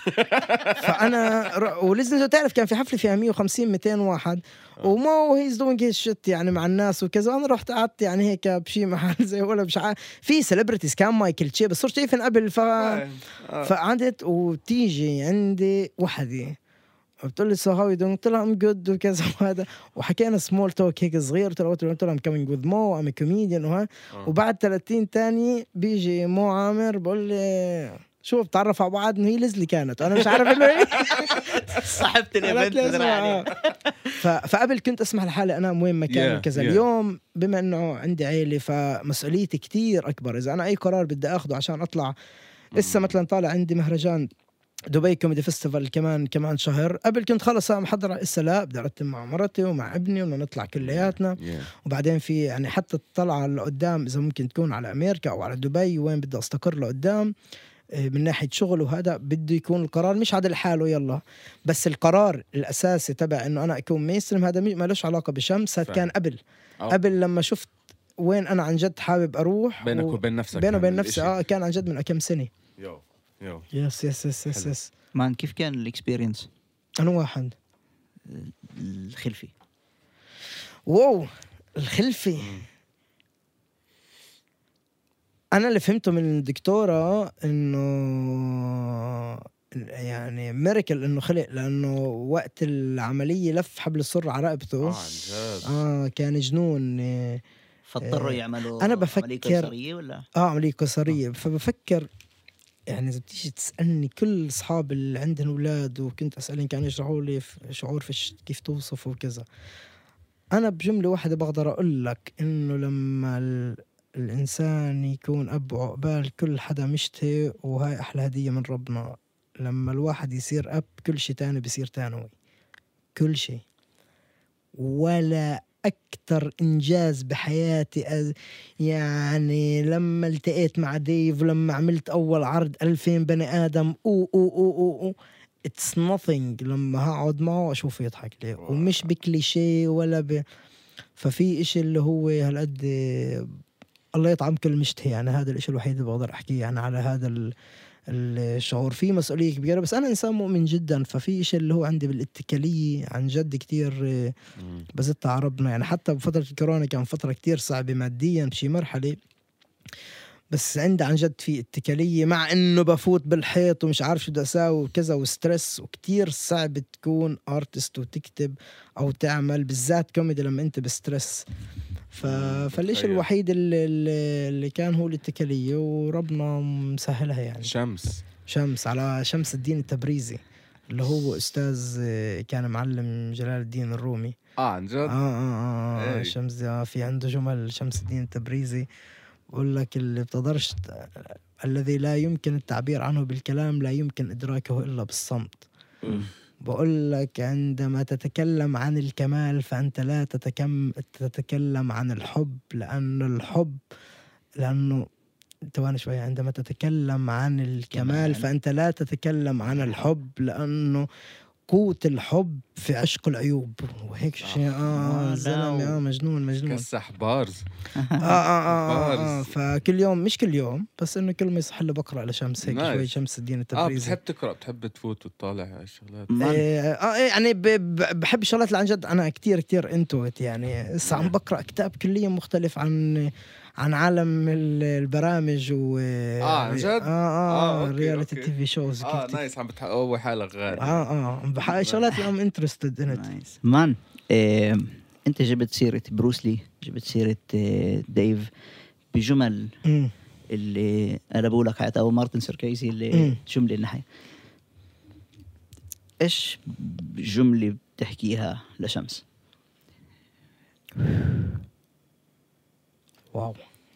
فانا ر... وليزلي جونز تعرف كان في حفله فيها مية وخمسين مئتين واحد ومو هيز دوينج هيز شيت يعني مع الناس وكذا. انا رحت قعدت يعني هيك بشي محل زي ولا مش عارف في سيلبرتيز كان مايكل تشي بس صرت شايفن قبل. ف فقعدت وتيجي عندي وحدي بتقول لي سو هاو يو دوينج؟ قلت لها ام جود وكذا وهذا، وحكينا سمول توك هيك صغير. قلت لها قلت لها ام كامينج وذ مو ام كوميديان وها. وبعد ثلاثين تاني بيجي مو عامر بقول لي شو بتعرف على بعض انه هي ليزلي كانت انا مش عارف انه ايه. صاحبت الايفنت. فقبل كنت اسمح لحالي انام وين ما كان yeah, وكذا. yeah. اليوم بما انه عندي عيله فمسؤوليتي كتير اكبر. اذا انا اي قرار بدي اخده عشان اطلع لسه مثلا طالع عندي مهرجان دبي كوميدي فيستيفال كمان كمان شهر. قبل كنت خلص محضرة لسه لا بدي ارتب مع مرتي ومع ابني وبدنا نطلع كلياتنا. yeah. وبعدين في يعني حتى الطلعة لقدام اذا ممكن تكون على امريكا او على دبي وين بدي استقر لقدام من ناحية شغل وهذا بده يكون القرار مش عاد لحاله يلا. بس القرار الأساسي تبع إنه أنا أكون ميسترم هذا ما لهش علاقة بشمس. هذا كان قبل أو. قبل لما شفت وين أنا عن جد حابب أروح بينك وبين نفسك. بينه وبين نفسي آه كان عن جد من كم سنة. يو يو يس يس يس يس, يس. مان كيف كان الاكسبيرينس؟ أنا واحد الخلفي واو الخلفي. أنا اللي فهمته من الدكتورة إنه يعني ميركل إنه خلق، لأنه وقت العملية لف حبل السر على رقبته. آه عن جد. آه كان جنون. فاضطروا آه يعملوا أنا بفكر عملية قيصرية ولا؟ آه عملية قيصرية. فبفكر يعني إذا بتيجي تسألني كل أصحاب اللي عندهم أولاد وكنت أسألهم كانوا يشرحوا لي شعور فيش كيف توصف وكذا. أنا بجملة واحدة بقدر أقول لك إنه لما ال الإنسان يكون أب وعقبال كل حدا مشتهي، وهاي أحلى هدية من ربنا. لما الواحد يصير أب كل شيء تاني بيصير تانوي، كل شيء. ولا أكتر إنجاز بحياتي أز- يعني لما التقيت مع ديف ولما عملت أول عرض ألفين بني آدم أو أو أو أو, أو. It's nothing لما هقعد معه وأشوفه يضحك لي ومش بكليشيه ولا ب... ففي إشي اللي هو هالقد الله يطعم كل مشتهي. يعني هذا الإشي الوحيد اللي بقدر أحكيه يعني على هذا ال... الشعور. فيه مسؤولية كبيرة بس أنا إنسان مؤمن جدا، ففي إشي اللي هو عندي بالاتكالية عن جد كتير بزت على ربنا. يعني حتى بفترة الكورونا كان فترة كتير صعبة ماديا بشي مرحلة، بس عندي عن جد في اتكالية مع إنه بفوت بالحيط ومش عارف شو بدي أساوي وكذا وسترس، وكتير صعب تكون ارتست وتكتب أو تعمل بالذات كوميدي لما أنت بسترس. ف... فالإشي الوحيد اللي, اللي كان هو الاتكالية وربنا مسهلها. يعني شمس شمس على شمس الدين التبريزي اللي هو أستاذ كان معلم جلال الدين الرومي. اه عن جد آه آه آه إيه. شمس آه في عنده جمل شمس الدين التبريزي بقول لك اللي بتقدرش ت... الذي لا يمكن التعبير عنه بالكلام لا يمكن إدراكه إلا بالصمت. بقول لك عندما تتكلم عن الكمال فأنت لا تتكم... تتكلم عن الحب، لأن الحب لأنه تواني شوية عندما تتكلم عن الكمال فأنت لا تتكلم عن الحب لأنه قوة الحب في عشق العيوب وهيك شيء. آه زلمة آه مجنون مجنون كسح بارز آه آه آه, آه, آه فكل يوم مش كل يوم بس إنه كل ما يصح لي بقرأ لشمس هيك شوي شمس الدين التبريزي. اه بتحب تقرأ بتحب تفوت وتطالع هاي الشغلات؟ إيه آه يعني ب ب بحب الشغلات اللي عن جد أنا كتير كتير انتوت. يعني هسه عم بقرأ كتاب كليا مختلف عن عن عالم البرامج و اه عن جد اه اه, آه رياليتي تي في شوز. اه نايس عم بتقوي حالك غير اه اه بحقق شغلات اللي ام انترستد انت. نايس مان. إيه انت جبت سيرة بروسلي، جبت سيرة إيه ديف بجمل م. اللي قلبوا لك حياة او مارتن سيركيزي اللي جملة النحية. ايش جملة بتحكيها لشمس؟ واو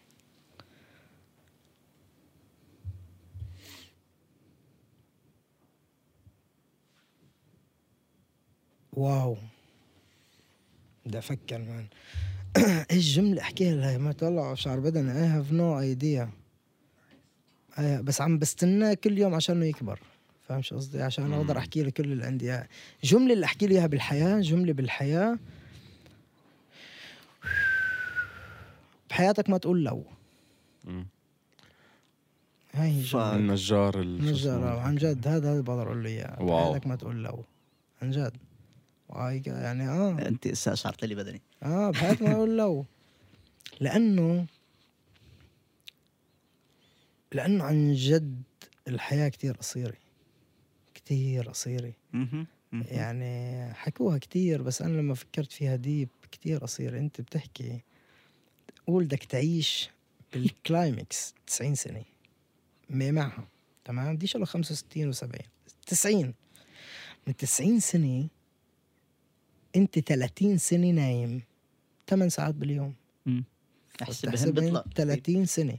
واو بدي افكر مان. ايش جملة احكيها لها ما طلع شعر بدن. I have no idea. بس عم بستناه كل يوم عشانه يكبر. فهمش قصدي؟ عشان اقدر احكي له كل اللي عندي. جملة اللي احكي له اياها بالحياة، جملة بالحياة بحياتك ما تقول لو. هاي ف... النجار النجار عن جد هذا هذا بقدر اقول له اياه. بحياتك ما تقول لو عن جد. يعني اه انت شعرت لي بدني اه بحياتك ما اقول لو لانه لانه عن جد الحياة كتير قصيرة كتير قصيرة. يعني حكوها كتير بس انا لما فكرت فيها ديب كتير قصيرة. انت بتحكي قول بدك تعيش بالكلايمكس تسعين سنة معها تمام دي شغله خمسة وستين وسبعين تسعين من تسعين سنة انت ثلاثين سنة نايم ثمان ساعات باليوم. احسبهم بيطلع ثلاثين سنة.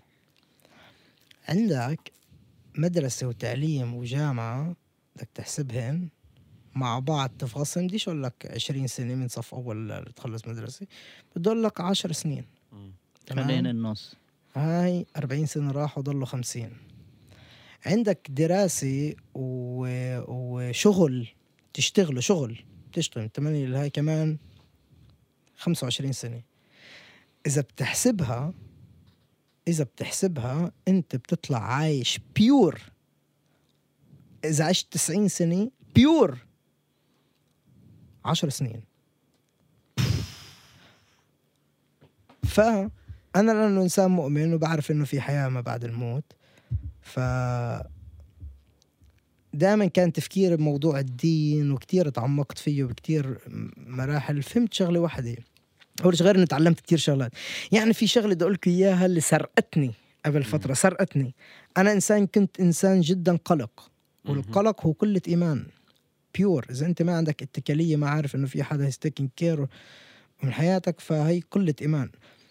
عندك مدرسة وتعليم وجامعة بدك تحسبهن مع بعض تفاصل. بديش اقول لك عشرين سنة من صف اول تخلص مدرسة بدي اقول لك عشر سنين. خلينا النص هاي أربعين سنة راح وضلوا خمسين. عندك دراسة و... وشغل تشتغله شغل تشتغل تمانية اللي هاي كمان خمسة وعشرين سنة. إذا بتحسبها إذا بتحسبها أنت بتطلع عايش بيور. إذا عشت تسعين سنة بيور عشر سنين. فأنا لأنه إنسان مؤمن وبعرف إنه في حياة ما بعد الموت ف دائما كان تفكيري بموضوع الدين وكتير تعمقت فيه بكتير مراحل. فهمت شغلة واحدة أول شيء غير إني تعلمت كتير شغلات. يعني في شغلة بدي أقولك إياها اللي سرقتني قبل فترة سرقتني. أنا إنسان كنت إنسان جدا قلق والقلق هو قلة إيمان بيور. إذا أنت ما عندك اتكالية ما عارف إنه في حدا هيستيكن كير من حياتك فهي قلة إيمان.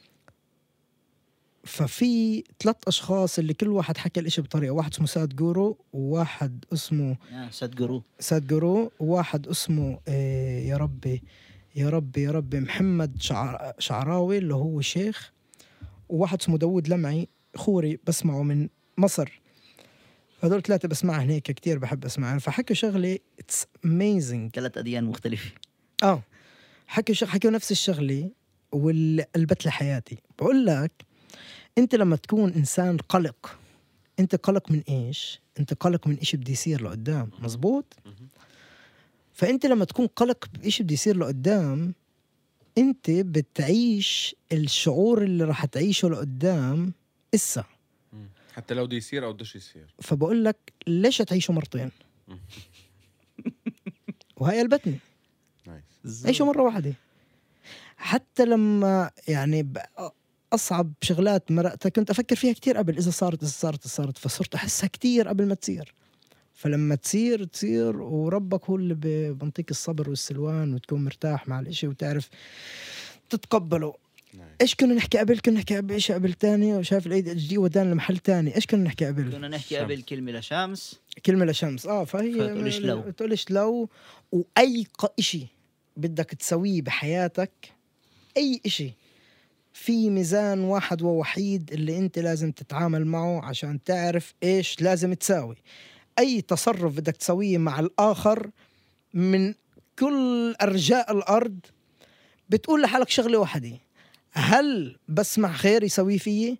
ففي ثلاث أشخاص اللي كل واحد حكى الإشي بطريقة. واحد اسمه ساد جورو وواحد اسمه ساد جورو ساد جورو وواحد اسمه إيه يا ربي يا رب يا رب محمد شعر... شعراوي اللي هو شيخ، وواحد اسمه داود لمعي خوري بسمعه من مصر. هذول ثلاثة بسمعهم هيك كتير بحب أسمعهم. فحكوا شغلة it's amazing. ثلاث أديان مختلفة. آه حكوا شغ... حكوا نفس الشغلة والبت لحياتي. بقول لك أنت لما تكون إنسان قلق، أنت قلق من إيش؟ أنت قلق من إيش بدي يصير لقدام، مزبوط؟ فأنت لما تكون قلق بإيش بدي يصير لقدام، أنت بتعيش الشعور اللي راح تعيشه لقدام إسا، حتى لو بده يصير أو بدوش يصير. فبقول لك ليش تعيشوا مرتين؟ وهي قلبتني عيشوا مرة واحدة. حتى لما يعني أصعب شغلات مرقتها كنت أفكر فيها كتير قبل، إذا صارت إذا صارت إذا صارت فصرت أحسها كتير قبل ما تصير. فلما تصير تصير وربك هو اللي بنطيك الصبر والسلوان وتكون مرتاح مع الإشي وتعرف تتقبله. إيش كنا نحكي قبل؟ كنا نحكي قبل إيش قبل تاني، وشايف الأي اتش دي ودان لمحل تاني. إيش كنا نحكي قبل؟ كنا نحكي قبل كلمة لشمس، كلمة لشمس. آه فهي فتقولش لو تقولش لو. وأي إشي بدك تسويه بحياتك، أي إشي في ميزان واحد ووحيد اللي أنت لازم تتعامل معه عشان تعرف إيش لازم تساوي. أي تصرف بدك تسويه مع الآخر من كل أرجاء الأرض بتقول لحالك شغلة واحدة: هل بسمح خير يسويه فيه؟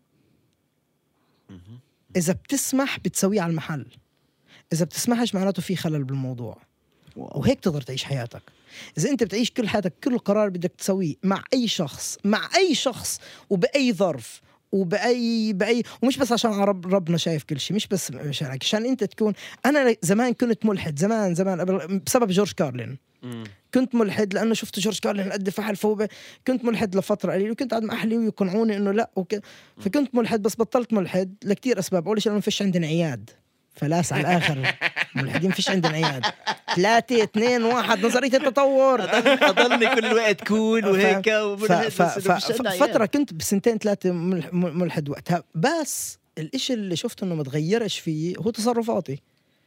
إذا بتسمح بتسويه على المحل، إذا بتسمحش معناته في خلل بالموضوع. وهيك تقدر تعيش حياتك. إذا أنت بتعيش كل حياتك كل قرار بدك تسويه مع أي شخص مع أي شخص وبأي ظرف وبأي بأي ومش بس عشان رب ربنا شايف كل شيء، مش بس عشان عشان أنت تكون. أنا زمان كنت ملحد، زمان زمان قبل بسبب جورج كارلين. كنت ملحد لأنه شفت جورج كارلين قد فعل فوق. كنت ملحد لفترة قليلة وكنت قاعد مع أهلي ويقنعوني إنه لا وك... فكنت ملحد، بس بطلت ملحد لكتير أسباب. أول شيء لأنه فيش عندنا عياد، فلاس على الآخر ملحدين فيش عندنا عياد. ثلاثة اثنين واحد نظرية التطور. أضلني كل وقت كول وهيك وملحد. ف... ف... ف... فترة كنت بسنتين ثلاثة ملحد وقتها، بس الإشي اللي شفت إنه متغيرش فيه هو تصرفاتي.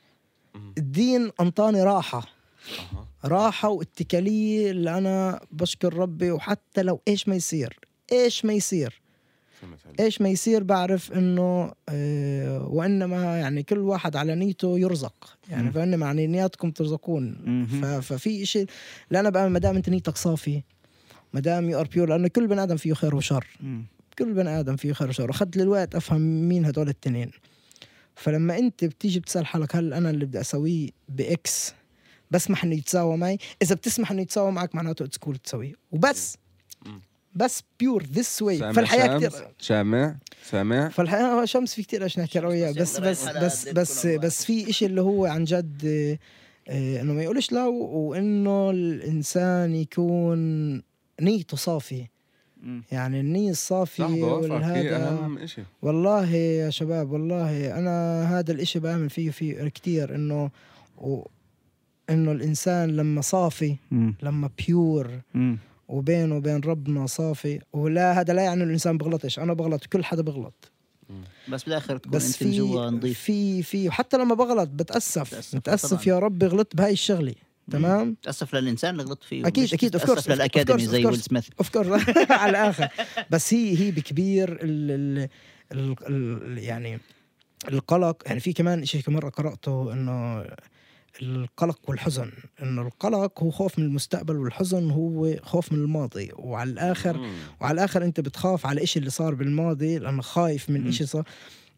الدين أنطاني راحة راحة واتكالية اللي أنا بشكر ربي. وحتى لو إيش ما يصير إيش ما يصير إيش ما يصير بعرف إنه اه وإنما يعني كل واحد على نيته يرزق يعني. فإنما يعني نياتكم ترزقون. ففي إشي اللي أنا بقى مدام أنت نيتك صافي، مدام يو ار بيور، لأنه كل بني آدم فيه خير وشر. كل بني آدم فيه خير وشر. وأخذت للوقت أفهم مين هدول التنين. فلما أنت بتيجي بتسأل حالك هل أنا اللي بدي أسويه بإكس بسمح إنه يتساوى معي؟ إذا بتسمح إنه يتساوى معك معناته it's cool تسويه وبس. بس بيور ذس واي. فالحياة كتير سامع سامع فالحياة شمس في كتير أشياء نحكي روياه. بس بس بس بس بس في إشي اللي هو عن جد اه إنه ما يقولش لا، وإنه الإنسان يكون نيته صافي. يعني النية الصافية والهذا أهم إشي. والله يا شباب والله أنا هذا الإشي بآمن فيه فيه كتير. إنه و إنه الإنسان لما صافي مم. لما بيور مم. وبينه وبين ربنا صافي. ولا هذا لا يعني الإنسان بغلطش، أنا بغلط كل حدا بغلط، بس بالآخر تكون بس أنت جوا في نظيف. في في وحتى لما بغلط بتأسف بتأسف بتأسف طبعاً. يا رب غلطت بهاي الشغلة. تمام. تأسف للإنسان اللي غلط فيه. أكيد مش أكيد of تتأسف course للأكاديمي زي ويل سميث. اوف كورس على الآخر. بس هي هي بكبير ال ال ال ال يعني القلق. يعني في كمان شيء مرة قرأته إنه القلق والحزن، إنه القلق هو خوف من المستقبل والحزن هو خوف من الماضي. وعلى الآخر وعلى الآخر أنت بتخاف على إشي اللي صار بالماضي لأنه خايف من إشي صار.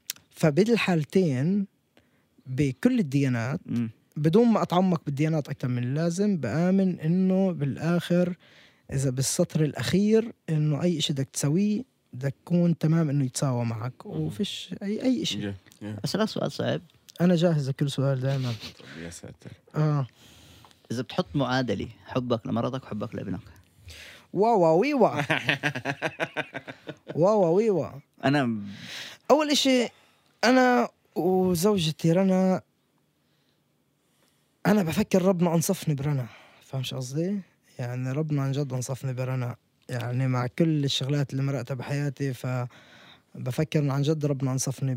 فبالحالتين بكل الديانات مم. بدون ما أتعمق بالديانات أكثر من اللازم بآمن إنه بالآخر إذا بالسطر الأخير إنه أي إشي بدك تسويه بدك تكون تمام إنه يتساوى معك وفيش أي أي إشي. أسألك سؤال صعب. أنا جاهز لكل سؤال دائما. يا ساتر. آه إذا بتحط معادلة حبك لمرضك وحبك لابنك. واو ويوا واو ويوا. أنا أول إشي أنا وزوجتي رنا أنا بفكر ربنا أنصفني برنا. فهمش قصدي؟ يعني ربنا عن جد أنصفني برنا. يعني مع كل الشغلات اللي مرقتها بحياتي فبفكر إن عن جد ربنا أنصفني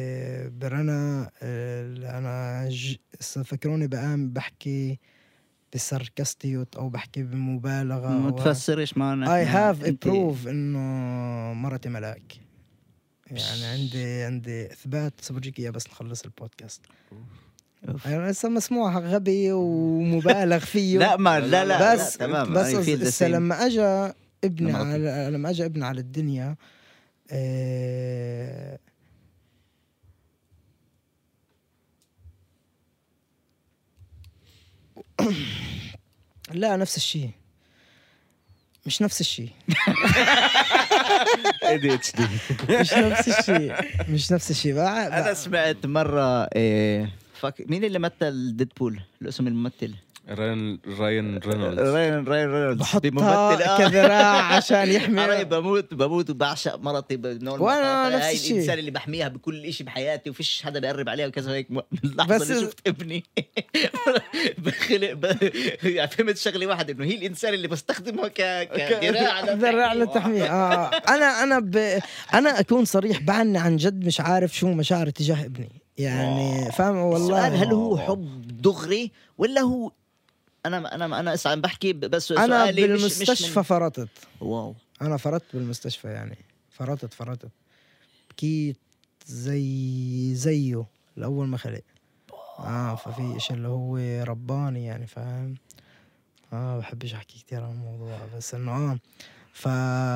برنا. أنا ج... فكروني بقام بحكي بساركاستيوت او بحكي بمبالغه ما أو تفسرش معنا. I have أنت- proof انه مرتي ملاك. يعني عندي عندي اثبات سبجيك اياه بس نخلص البودكاست. أوف. يعني لسه مسموعها غبي ومبالغ فيه. لا ما لا لا بس لا تمام. بس I feel the هسه same. لما اجى ابني لما على لما اجى ابني على الدنيا آه لا نفس الشيء مش نفس الشيء إيه دي إتش دي. مش نفس الشيء مش نفس الشيء بقى انا سمعت مره إيه فك... مين اللي مثل ديدبول؟ الاسم الممثل راين راين رينولدز. راين راين رينولدز بحطها بممثل آه. كذراع عشان يحمي. أنا بموت بموت وبعشق مرتي بنوع وأنا المقاطع. نفس هاي الشيء. الانسان اللي بحميها بكل إشي بحياتي وفيش حدا بيقرب عليها وكذا هيك. من اللحظه بس- اللي شفت ابني بخلق ب... يعني فهمت شغله واحده انه هي الانسان اللي بستخدمه ك كذراع ذراع للتحمية. آه. انا انا ب... انا اكون صريح بعني عن جد مش عارف شو مشاعري تجاه ابني يعني فاهم والله. السؤال هل هو حب دغري ولا هو انا انا انا اسا عم بحكي بس انا سؤالي مش- بالمستشفى مش من... فرطت. واو انا فرطت بالمستشفى يعني فرطت فرطت بكيت زي زيه الاول ما خلق. اه ففي اشي اللي هو رباني يعني فاهم. اه بحبش احكي كتير عن الموضوع بس انه اه ف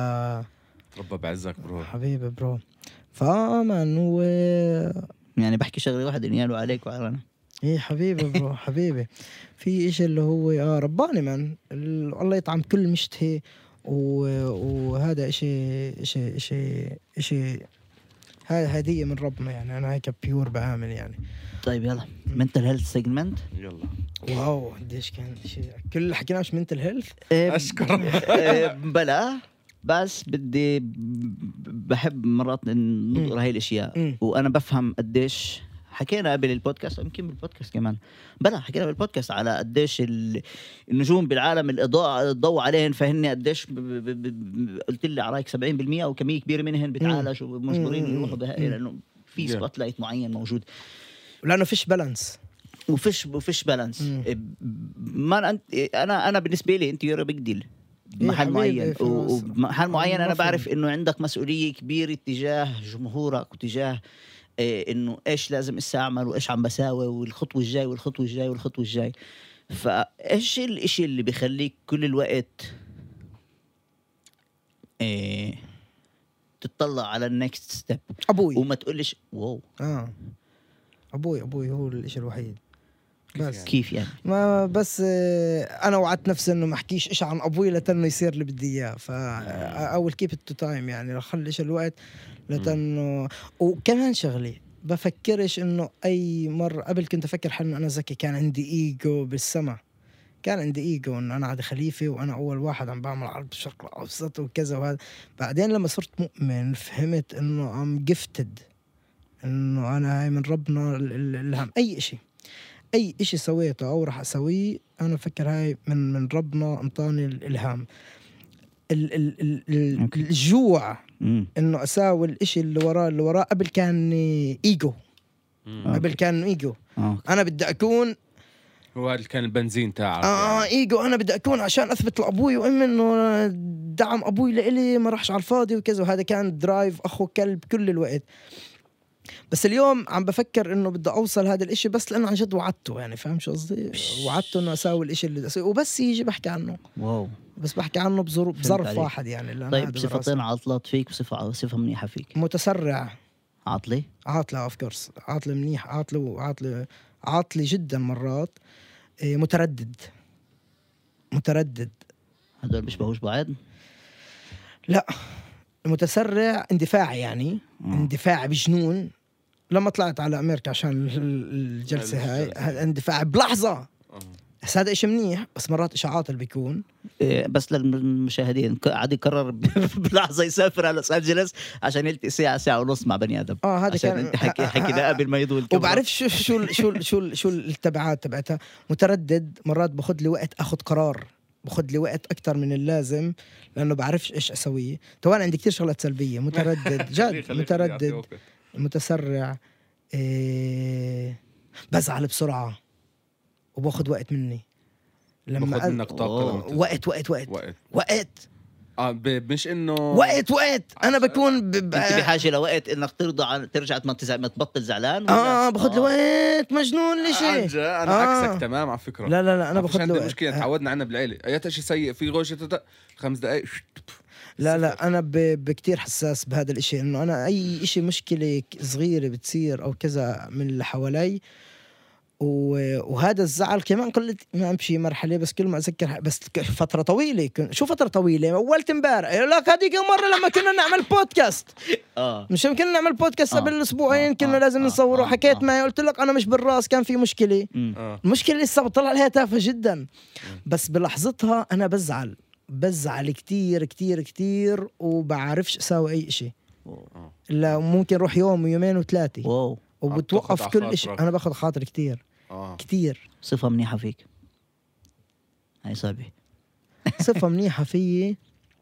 ربى بعزك برو. حبيبي برو. فاه مان هو يعني بحكي شغله واحده نيالو عليك وعلى ايه حبيبي برو حبيبي. في اشي اللي هو اه رباني مان ال- الله يطعم كل مشتهي و- وهذا اشي اشي اشي اشي هاي هدية من ربنا يعني انا هيك بيور بعامل يعني. طيب يلا منتل هيلث سيجمنت. يلا واو قديش كان شيء كل اللي حكيناش منتل هيلث. اشكر. بلا بس بدي ب- بحب مرات إن ننظر هاي الاشياء مم. وانا بفهم قديش حكينا قبل البودكاست يمكن بالبودكاست كمان بلا حكينا بالبودكاست على قديش ال- النجوم بالعالم الاضاءه الضوء عليهن فهن قديش ب- ب- ب- ب- قلت لي على رايك سبعين بالمية او كميه كبيره منهن بتعالج ومجبورين مم. يروحوا بهاي مم. لانه في Yeah. سبوت لايت معين موجود لانه فيش بالانس. وفيش وفيش بالانس. مم. ما انت انا انا بالنسبه لي انت يور بيج ديل بمحل حبيبي، معين في و- مصر. وبمحل معين انا مفهوم. بعرف انه عندك مسؤوليه كبيره تجاه جمهورك وتجاه إيه انه ايش لازم استعمل وايش عم بساوي والخطوه الجاي والخطوه الجاي والخطوه الجاي. فايش الاشي اللي بيخليك كل الوقت إيه تطلع على النكست ستيب ابوي وما تقولش واو اه ابوي ابوي هو الاشي الوحيد بس كيف يعني؟ ما بس آه، انا وعدت نفسي انه ما احكيش إشي عن ابوي لتنه يصير اللي بدي اياه ف اول كيب تو تايم يعني رخليش الوقت لتنه. وكمان شغلي بفكرش انه اي مره قبل كنت افكر حالي انه انا ذكي كان عندي ايجو بالسما كان عندي ايجو انه انا عاد خليفه وانا اول واحد عم بعمل عرض بالشرق الاوسط وكذا وهذا. بعدين لما صرت مؤمن فهمت انه ام جفتد انه انا هاي من ربنا ال- ال- الهم. اي اشي اي اشي سويته او راح اسويه انا بفكر هاي من من ربنا انطاني الالهام. ال ال ال ال أوكي. الجوع مم. انه اساوي الاشي اللي وراه اللي وراه قبل كان ايجو قبل كان ايجو. آه. انا بدي اكون هو هذا كان البنزين تاعك. اه يعني. ايجو انا بدي اكون عشان اثبت لابوي وامي انه دعم ابوي لإلي ما راحش على الفاضي وكذا. وهذا كان درايف اخو كلب كل الوقت. بس اليوم عم بفكر انه بدي اوصل هذا الاشي بس لانه عن جد وعدته يعني فاهم شو قصدي. وعدته انه اساوي الاشي اللي بدي اسويه وبس يجي بحكي عنه واو. بس بحكي عنه بظروف فهمت بظرف عليك. واحد يعني اللي أنا طيب هذا براسي. صفتين عطلات فيك وصفة صفة منيحة فيك. متسرع عطلي عاطلة اوف كورس عاطلة منيح عاطلة وعاطلة عاطلة جدا مرات. إيه، متردد متردد هدول بيشبهوش بعض. لا متسرع اندفاعي يعني مم. اندفاعي بجنون. لما طلعت على امريكا عشان ال- الجلسه هاي الجلسة. هذا اندفاع بلحظه. آه. بس هذا إشي منيح بس مرات إشي عاطل بيكون. إيه، بس للمشاهدين ك- عاد يقرر بلحظة يسافر على لوس أنجلوس عشان يلتقي ساعة ساعة ونص مع بني آدم. اه هذا عشان كان انت حكي حكينا قبل ما يضوي الكاميرا. وبعرف شو شو شو شو شو التبعات تبعتها. متردد مرات باخذ لي وقت اخذ قرار باخذ لي وقت اكثر من اللازم لانه بعرفش ايش اسويه. طبعا عندي كثير شغلات سلبيه. متردد خليه- جد خليه متردد يعطي وقت. متسرع. إيه بزعل بسرعه وباخذ وقت مني لما باخد قال- منك طاقه لما أوه. تزبط. وقت وقت وقت وقت وقت اه ب- مش انه وقت وقت انا عشان- بكون ب... ب... انت بحاجه لوقت انك ترضى عن ترجع ما, تزع... ما تبطل زعلان ولا؟ اه باخذ لي وقت مجنون عن لشيء جد انا آه. عكسك تمام على فكره. لا لا لا انا ما فيش باخذ عندي لي وقت مشكله، آه. تعودنا عنا بالعيله اي شيء سيء في غوشه تت- خمس دقائق. لا لا انا ب... بكتير حساس بهذا الاشي، انه انا اي اشي مشكله ك- صغيره بتصير او كذا من اللي حوالي و... وهذا الزعل كمان قلت ما امشي مرحله، بس كل ما اتذكر ح- بس ك- فتره طويله كن... شو فتره طويله اولت امبارح يقول لك هذيك مره لما كنا نعمل بودكاست اه مش كنا نعمل بودكاست آه. قبل اسبوعين آه. كنا آه. لازم آه. نصوره، آه. حكيت آه. معي قلت لك انا مش بالراس كان في مشكله. مم. اه المشكله لسه بطلع عليها تافهه جدا، بس بلحظتها انا بزعل بزعل كتير كتير كتير وبعرفش اساوي اي اشي، واو. لا ممكن روح يوم ويومين وثلاثه واو وبتوقف بتاخد كل على اشي. خاطرك. انا باخذ خاطر كتير اه كتير. صفه منيحه فيك هاي صعبه. صفه منيحه فيي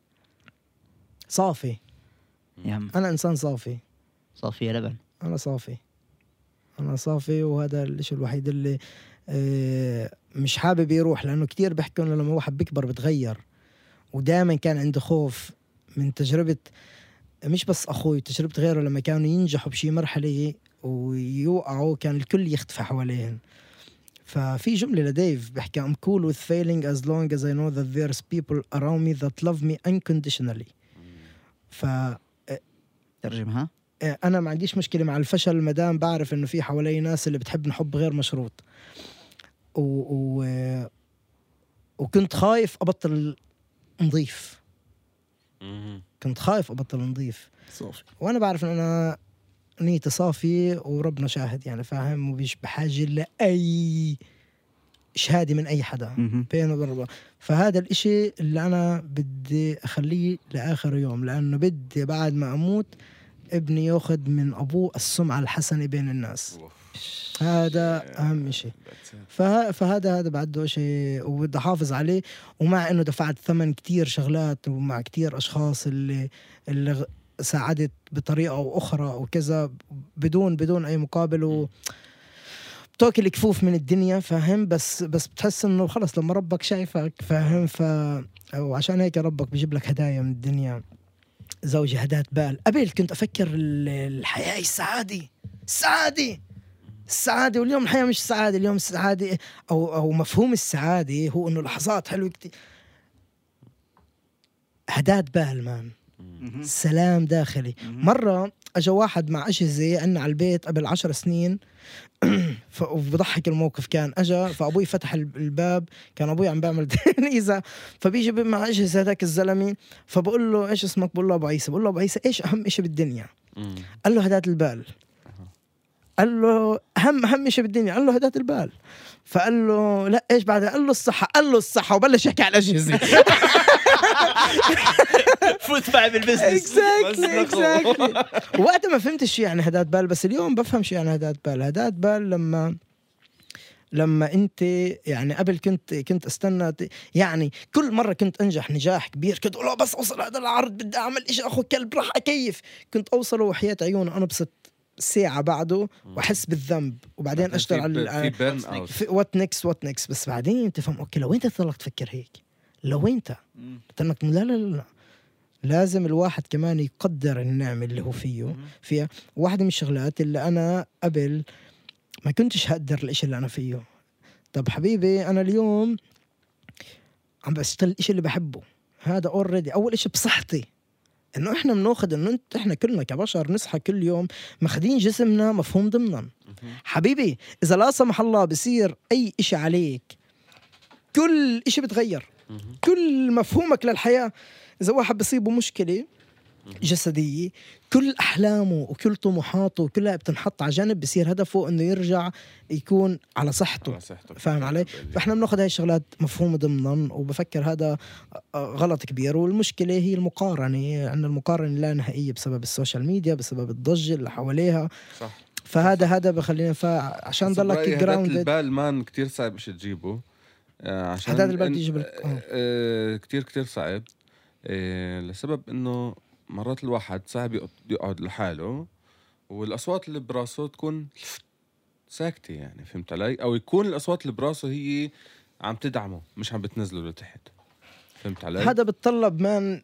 صافي، يا عم انا انسان صافي، صافيه لبن. انا صافي انا صافي وهذا الاشي الوحيد اللي آه، مش حابب يروح، لانه كتير بحكوا انه لما واحد بيكبر بتغير، ودائما كان عندي خوف من تجربة مش بس اخوي، تجربة غيره لما كانوا ينجحوا بشي مرحلة ويوقعوا كان الكل يختفى حواليهم. ففي جملة لديف بحكي I'm cool with failing as long as I know that there's people around me that love me unconditionally. ف ترجمها. انا ما عنديش مشكله مع الفشل مادام بعرف انه في حوالي ناس اللي بتحبني حب غير مشروط. و... و... وكنت خايف ابطل نظيف، مهم. كنت خايف ابطل نظيف، صافي. وانا بعرف ان انا نيتي صافي وربنا شاهد يعني فاهم، ومش بحاجه لاي شهاده من اي حدا مهم. بينه وبين الله. فهذا الاشي اللي انا بدي اخليه لاخر يوم، لانه بدي بعد ما اموت ابني ياخذ من ابوه السمعه الحسنه بين الناس. أوف. هذا اهم شيء. That's it. فه... فهذا هذا بعده شيء وبدي احافظ عليه، ومع انه دفعت ثمن كتير شغلات ومع كتير اشخاص اللي اللي غ- ساعدت بطريقه او اخرى وكذا بدون بدون اي مقابل، و بتاكل كفوف من الدنيا فاهم، بس بس بتحس انه خلص لما ربك شايفك فاهم. ف وعشان هيك ربك بيجيب لك هدايا من الدنيا. زوجي هداة بال. قبل كنت افكر ال- الحياه هي السعاده السعاده السعاده، واليوم الحياه مش سعاده. اليوم السعاده او او مفهوم السعاده هو انه لحظات حلوه كتير. هداة بال مان، مهم. سلام داخلي. مهم. مرة أجا واحد مع أجهزة عنا على البيت قبل عشر سنين ف- وبضحك الموقف. كان أجا فأبوي فتح الب- الباب، كان أبوي عم بيعمل تنيزة، فبيجي بي- مع أجهزة هذاك الزلمة، فبقول له إيش اسمك؟ بقول له أبو عيسى. بقول له أبو عيسى إيش أهم إشي بالدنيا؟ مم. قال له هداة البال. قال له أهم أهم شيء بالدنيا؟ قال له هداة البال. فقال له لا إيش بعدها؟ قال له الصحة. قال له الصحة وبلش يحكي على الأجهزة. فوت معي بالبزنس. اكزاكتلي اكزاكتلي. وقتها ما فهمتش شو يعني هداة بال، بس اليوم بفهم شو يعني هداة بال. هداة بال لما لما انت يعني قبل كنت كنت استنى ت- يعني كل مره كنت انجح نجاح كبير كنت اقول بس اوصل هذا العرض بدي اعمل شيء اخو كلب راح اكيف. كنت اوصله وحياة عيونه انبسط ساعه بعده واحس بالذنب، وبعدين اشتغل في على في بيرن اوت. وات نكست وات نكست. بس بعدين تفهم اوكي لو انت تضلك تفكر هيك، لو انت انك لا لا لا لازم الواحد كمان يقدر النعمة اللي هو فيه فيها. واحدة من الشغلات اللي أنا قبل ما كنتش هقدر الإشي اللي أنا فيه. طب حبيبي أنا اليوم عم بشتغل الإشي اللي بحبه، هذا اوريدي أول إشي بصحتي. إنه إحنا بناخد إنه أنت إحنا كلنا كبشر نصحى كل يوم ماخدين جسمنا مفهوم ضمنا. حبيبي إذا لا سمح الله بصير أي إشي عليك كل إشي بتغير، كل مفهومك للحياة. إذا واحد بصيبه مشكلة جسدية كل أحلامه وكل طموحاته كلها بتنحط على جنب، بصير هدفه إنه يرجع يكون على صحته. على صحتك. فاهم علي؟ فإحنا بناخذ هاي الشغلات مفهومة ضمنا، وبفكر هذا غلط كبير. والمشكلة هي المقارنة، عندنا المقارنة لا نهائية بسبب السوشيال ميديا، بسبب الضجة اللي حواليها. صح. فهذا هذا بخلينا فعشان ضلك هداة جراوندد. البال مان كتير صعب مش تجيبه. آه، عشان هداة البال إن- بيجي بال- آه، آه. آه، كتير كتير صعب. آه، لسبب انه مرات الواحد صعب يقعد- يقعد لحاله والاصوات اللي براسه تكون ساكتة، يعني فهمت علي؟ او يكون الاصوات اللي براسه هي عم تدعمه مش عم بتنزله لتحت. فهمت علي؟ هذا بتطلب مان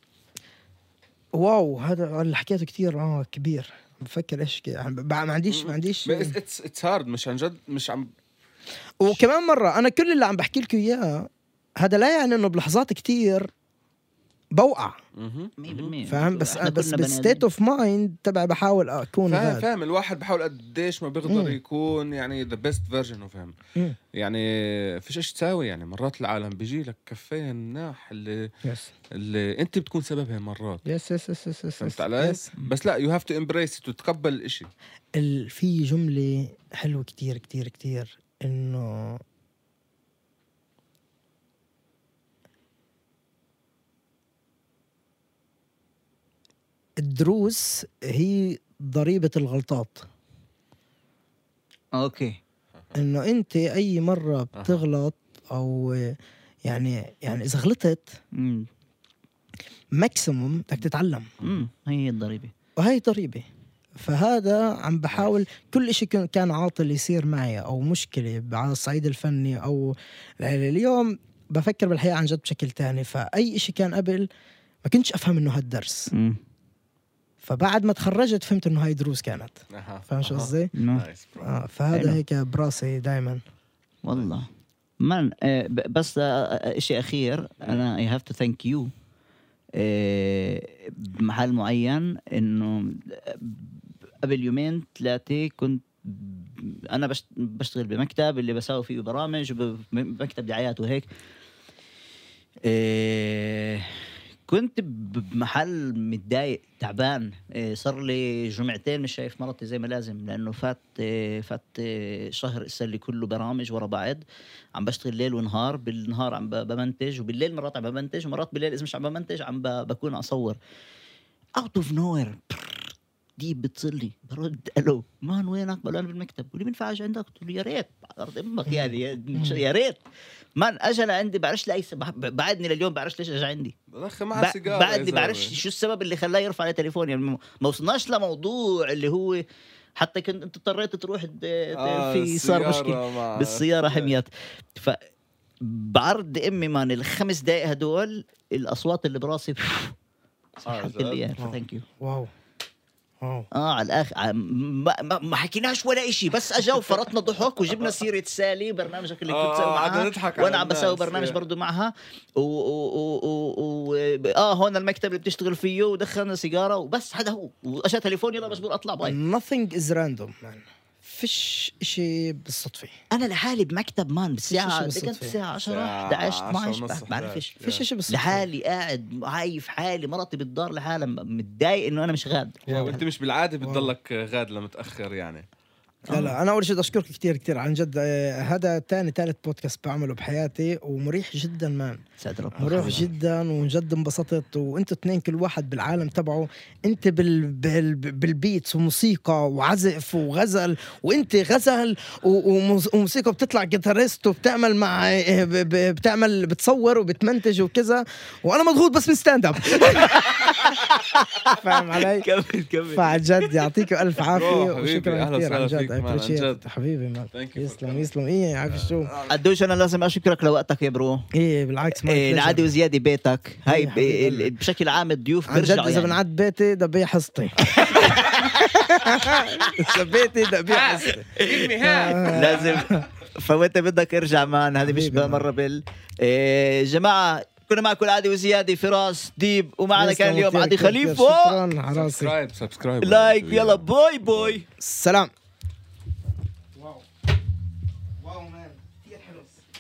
واو. هذا اللي حكيته كتير اه كبير. بفكر ايش يعني ما عنديش ما عنديش اتس اتس هارد مش عن جد مش عم. وكمان مرة أنا كل اللي عم بحكي لكم إياه هذا لا يعني إنه بلحظات كتير بوقع مية بالمية فاهم. بس إحنا بس كلنا بني بالستيت اوف مايند تبع بحاول أكون فاهم غاد. فاهم الواحد بحاول قديش ما بيقدر مم. يكون يعني ذا بيست فيرجن اوف هيم. مم. يعني فيش ايش تساوي. يعني مرات العالم بيجي لك كفايه الناح اللي يس اللي انت بتكون سببها مرات. يس يس يس يس يس فهمت علي؟ بس لا يو هاف تو امبريس وتتقبل الاشي. ال... في جملة حلوة كتير كتير كتير إنه الدروس هي ضريبة الغلطات. اوكي. إنه أنت أي مرة بتغلط أو يعني يعني إذا غلطت امم ماكسيموم بدك تتعلم، امم هي الضريبة وهي ضريبة. فهذا عم بحاول كل إشي كان عاطل يصير معي أو مشكلة على الصعيد الفني أو اليوم بفكر بالحياة عن جد بشكل تاني. فأي إشي كان قبل ما كنتش أفهم إنه هالدرس، امم فبعد ما تخرجت فهمت إنه هاي دروس كانت. فاهم شو قصدي؟ نايس برو. آه فهذا حلو. هيك براسي دايما. والله مان. آه ب- بس آه شيء أخير أنا I have to thank you آه بمحل معين إنه قبل يومين ثلاثة كنت ب- أنا بشت- بشتغل بمكتب اللي بساوي فيه برامج ومكتب دعايات وهيك. آه كنت ب- بمحل متضايق تعبان. آه صار لي جمعتين مش شايف مرتي زي ما لازم لأنه فات آه فات آه شهر السنة كله برامج ورا بعض. عم بشتغل ليل ونهار. بالنهار عم ب- بمنتج وبالليل مرات عم بمنتج ومرات بالليل إذا مش عم بمنتج عم ب- بكون أصور. out of nowhere دي بتصلي برد الو مان وينك؟ بقول انا بالمكتب. بقول لي بنفعش عندك؟ قلت له يا ريت عرض امك يعني يا- يا ريت مان اجى لعندي بعرفش لاي سبب. بعدني لليوم بعرفش ليش اجى عندي. دخل مع بع- سيجاره. بعدني بعرفش شو السبب اللي خلاه يرفع على تليفوني. يعني ما وصلناش لموضوع اللي هو حتى كنت انت اضطريت تروح د- آه في صار مشكله مع بالسياره حميت. ف بعرض امي مان الخمس دقائق هدول الاصوات اللي براسي سحبت لي اياها. ثانك يو. واو واو. اه على الاخر ع- ما, ما, ما حكيناش ولا إشي بس اجا وفرطنا ضحك وجبنا سيره سالي برنامجك اللي كنت آه، تسوي قعدنا معها نضحك على وانا عم بسوي الناس. برنامج يا. برضو معها و, و, و, و, و اه هون المكتب اللي بتشتغل فيه ودخلنا سيجاره وبس. هذا هو. واجا تليفون يلا مجبور اطلع باي. nothing is random man. فيش إشي بالصدفة. انا لحالي بمكتب مان بالساعه إشي كنت بالصدفة. الساعه عشرة ساعة إحدى عشر عشرة اثناشر ونص، بعرف- بعرفش فيش إشي بالصدفة. لحالي قاعد عايف حالي. مرتي بالدار لحالها متضايق انه انا مش غاد. وانت مش بالعاده بتضلك غاد لمتاخر يعني. لا لا انا اول شيء بدي اشكرك كثير كثير عن جد. آه، هذا ثاني ثالث بودكاست بعمله بحياتي ومريح جدا مان. سعد ربنا. مريح جدا وجد انبسطت. وانتوا اثنين كل واحد بالعالم تبعه. انت بال بال بالبيتس وموسيقى وعزف وغزل وانت غزل و- وموس- وموسيقى بتطلع جيتاريست وبتعمل مع آه، ب- ب- بتعمل بتصور وبتمنتج وكذا. وانا مضغوط بس من ستاند اب. فاهم علي؟ كمل كمل. فعن جد يعطيكم الف عافيه روح حبيبي، وشكرا أهلا كثير عن وسهلا جد. فيك مان، عن appreciate جد. it. حبيبي مان. Thank you for يسلم coming. يسلم. ايه عارف شو. قدوش انا لازم اشكرك لوقتك يا برو. ايه بالعكس ما إيه العادي وزياده بيتك هاي إيه حبيب ب- قلبي. بشكل عام الضيوف عن جد بيرجعوا اذا يعني. بنعد بيتي دبي حصتي. اذا بيتي دبي حصتي. لازم فوانت بدك ارجع مان. هذه مش حبيبي مان. مره بال إيه جماعه كنا معكم العادي وزياده فراس ديب ومعنا كان اليوم عادي خليفه. شكرا على راسي. سبسكرايب سبسكرايب لايك يلا باي باي. سلام.